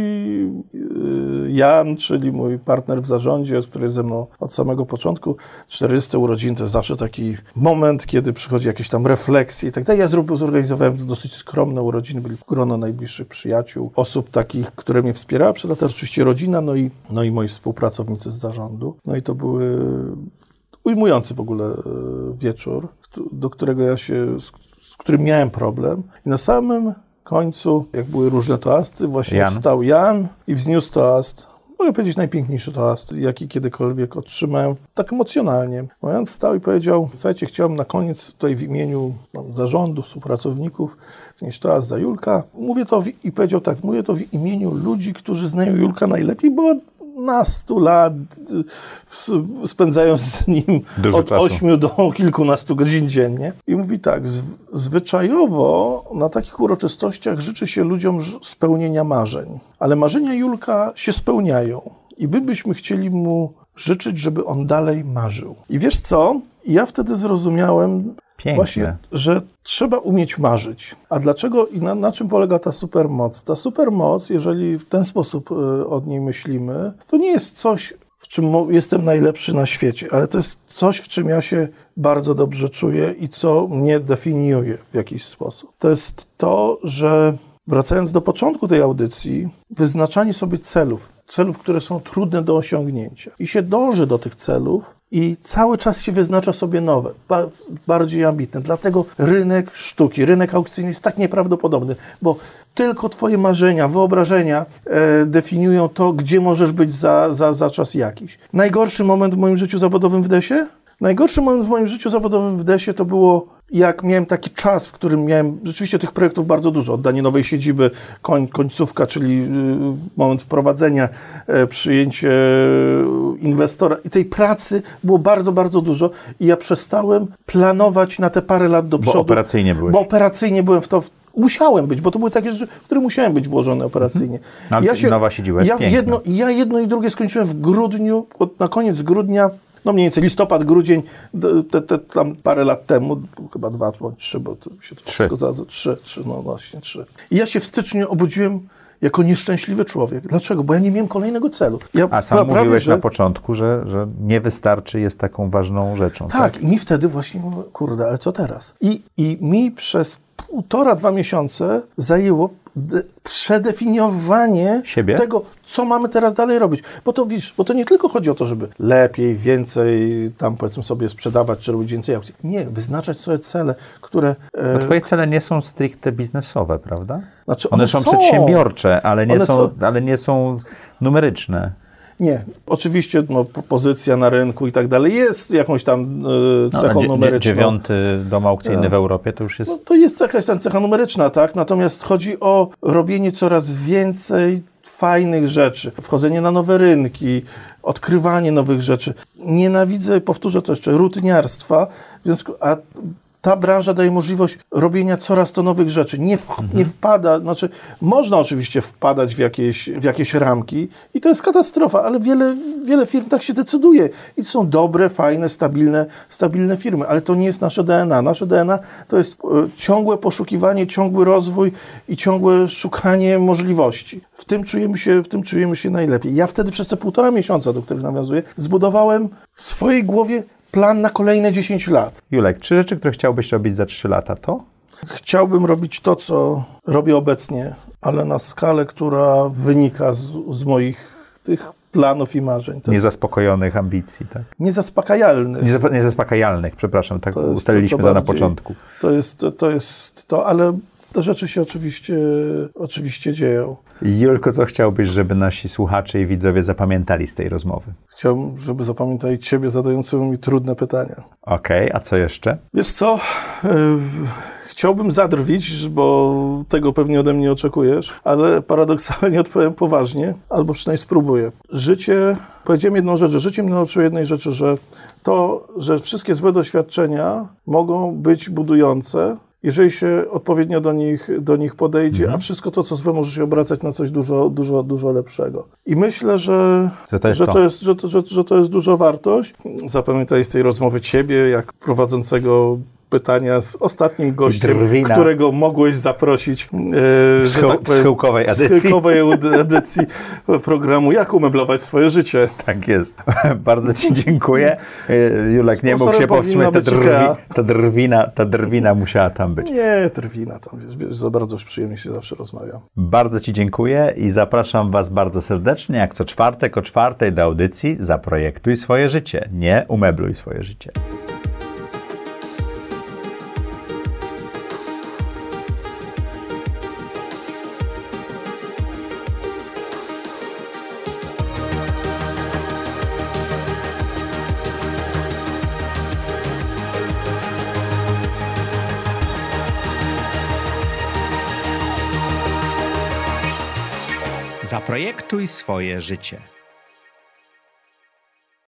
Jan, czyli mój partner w zarządzie, który jest ze mną od samego początku. 40 urodziny to jest zawsze taki moment, kiedy przychodzi jakieś tam refleksje i tak dalej. Ja zorganizowałem dosyć skromne urodziny, byli grono najbliższych przyjaciół, osób takich, które mnie wspierały przez lata, oczywiście rodzina, no i moi współpracownicy z zarządu. No i to były ujmujący w ogóle wieczór, do którego z którym miałem problem. I na samym końcu, jak były różne toasty, właśnie wstał Jan i wzniósł toast. Mogę powiedzieć najpiękniejszy toast, jaki kiedykolwiek otrzymałem, tak emocjonalnie. Bo Jan wstał i powiedział, słuchajcie, chciałem na koniec tutaj w imieniu zarządu, współpracowników wznieść toast za Julka. Mówię to w imieniu ludzi, którzy znają Julka najlepiej, bo nastu lat spędzają z nim dużo od czasu. 8 do kilkunastu godzin dziennie. I mówi tak, zwyczajowo na takich uroczystościach życzy się ludziom spełnienia marzeń, ale marzenia Julka się spełniają i my byśmy chcieli mu życzyć, żeby on dalej marzył. I wiesz co? Ja wtedy zrozumiałem właśnie, że trzeba umieć marzyć. A dlaczego i na czym polega ta supermoc? Ta supermoc, jeżeli w ten sposób od niej myślimy, to nie jest coś, w czym jestem najlepszy na świecie, ale to jest coś, w czym ja się bardzo dobrze czuję i co mnie definiuje w jakiś sposób. To jest to, że wracając do początku tej audycji, wyznaczanie sobie celów, które są trudne do osiągnięcia. I się dąży do tych celów i cały czas się wyznacza sobie nowe, bardziej ambitne. Dlatego rynek sztuki, rynek aukcyjny jest tak nieprawdopodobny, bo tylko twoje marzenia, wyobrażenia definiują to, gdzie możesz być za czas jakiś. Najgorszy moment w moim życiu zawodowym w DES-ie? Najgorszy moment w moim życiu zawodowym w DES-ie to było, jak miałem taki czas, w którym miałem rzeczywiście tych projektów bardzo dużo. Oddanie nowej siedziby, końcówka, czyli moment wprowadzenia, przyjęcie inwestora. I tej pracy było bardzo, bardzo dużo. I ja przestałem planować na te parę lat do przodu. Bo operacyjnie byłem w to... Musiałem być, bo to były takie rzeczy, w które musiałem być włożone operacyjnie. Ale nowa siedziba jest piękna. Ja jedno i drugie skończyłem w grudniu, na koniec grudnia, no mniej więcej listopad, grudzień, tam parę lat temu, chyba 2 bądź 3, bo to się to wszystko zgadza. 3, no właśnie 3. I ja się w styczniu obudziłem jako nieszczęśliwy człowiek. Dlaczego? Bo ja nie miałem kolejnego celu. A sam mówiłeś na początku, że nie wystarczy, jest taką ważną rzeczą. Tak, i mi wtedy właśnie, kurde, ale co teraz? I mi przez 1,5–2 miesiące zajęło przedefiniowanie Siebie? tego, co mamy teraz dalej robić. Bo to nie tylko chodzi o to, żeby lepiej, więcej tam powiedzmy sobie sprzedawać, czy robić więcej aukcji. Nie, wyznaczać sobie cele, które... Bo twoje cele nie są stricte biznesowe, prawda? Znaczy One są przedsiębiorcze, ale One nie są numeryczne. Nie, oczywiście pozycja na rynku i tak dalej jest jakąś tam cechą numeryczną. 9. dom aukcyjny w Europie to już jest... No, to jest jakaś tam cecha numeryczna, tak? Natomiast chodzi o robienie coraz więcej fajnych rzeczy, wchodzenie na nowe rynki, odkrywanie nowych rzeczy. Nienawidzę, powtórzę to jeszcze, rutyniarstwa, a ta branża daje możliwość robienia coraz to nowych rzeczy. Nie wpada, znaczy można oczywiście wpadać w jakieś ramki i to jest katastrofa, ale wiele firm tak się decyduje. I to są dobre, fajne, stabilne firmy, ale to nie jest nasze DNA. Nasze DNA to jest ciągłe poszukiwanie, ciągły rozwój i ciągłe szukanie możliwości. W tym czujemy się najlepiej. Ja wtedy przez te 1,5 miesiąca, do których nawiązuję, zbudowałem w swojej głowie plan na kolejne 10 lat. Julek, 3 rzeczy, które chciałbyś robić za 3 lata, to? Chciałbym robić to, co robię obecnie, ale na skalę, która wynika z moich tych planów i marzeń. Niezaspokojonych ambicji, tak? Niezaspokajalnych. Niezaspokajalnych, przepraszam, tak ustaliliśmy to na początku. To jest to, ale te rzeczy się oczywiście dzieją. Julko, co chciałbyś, żeby nasi słuchacze i widzowie zapamiętali z tej rozmowy? Chciałbym, żeby zapamiętali ciebie zadającego mi trudne pytania. Okej, a co jeszcze? Wiesz co? Chciałbym zadrwić, bo tego pewnie ode mnie oczekujesz, ale paradoksalnie odpowiem poważnie, albo przynajmniej spróbuję. Powiedziałem jedną rzecz, że życie mnie nauczyło jednej rzeczy, że wszystkie złe doświadczenia mogą być budujące, jeżeli się odpowiednio do nich podejdzie, a wszystko to, co złe, może się obracać na coś dużo lepszego. I myślę, że to jest duża wartość. Zapamiętaj z tej rozmowy ciebie, jak prowadzącego pytania z ostatnim gościem, którego mogłeś zaprosić z chyłkowej edycji programu Jak umeblować swoje życie. Tak jest. Bardzo ci dziękuję. Julek nie mógł się powstrzymać. Ta drwina musiała tam być. Nie, drwina tam, wiesz, za bardzo przyjemnie się zawsze rozmawia. Bardzo ci dziękuję i zapraszam was bardzo serdecznie, jak co czwartek o 4:00 do audycji Zaprojektuj swoje życie. Nie umebluj swoje życie. Zaprojektuj swoje życie.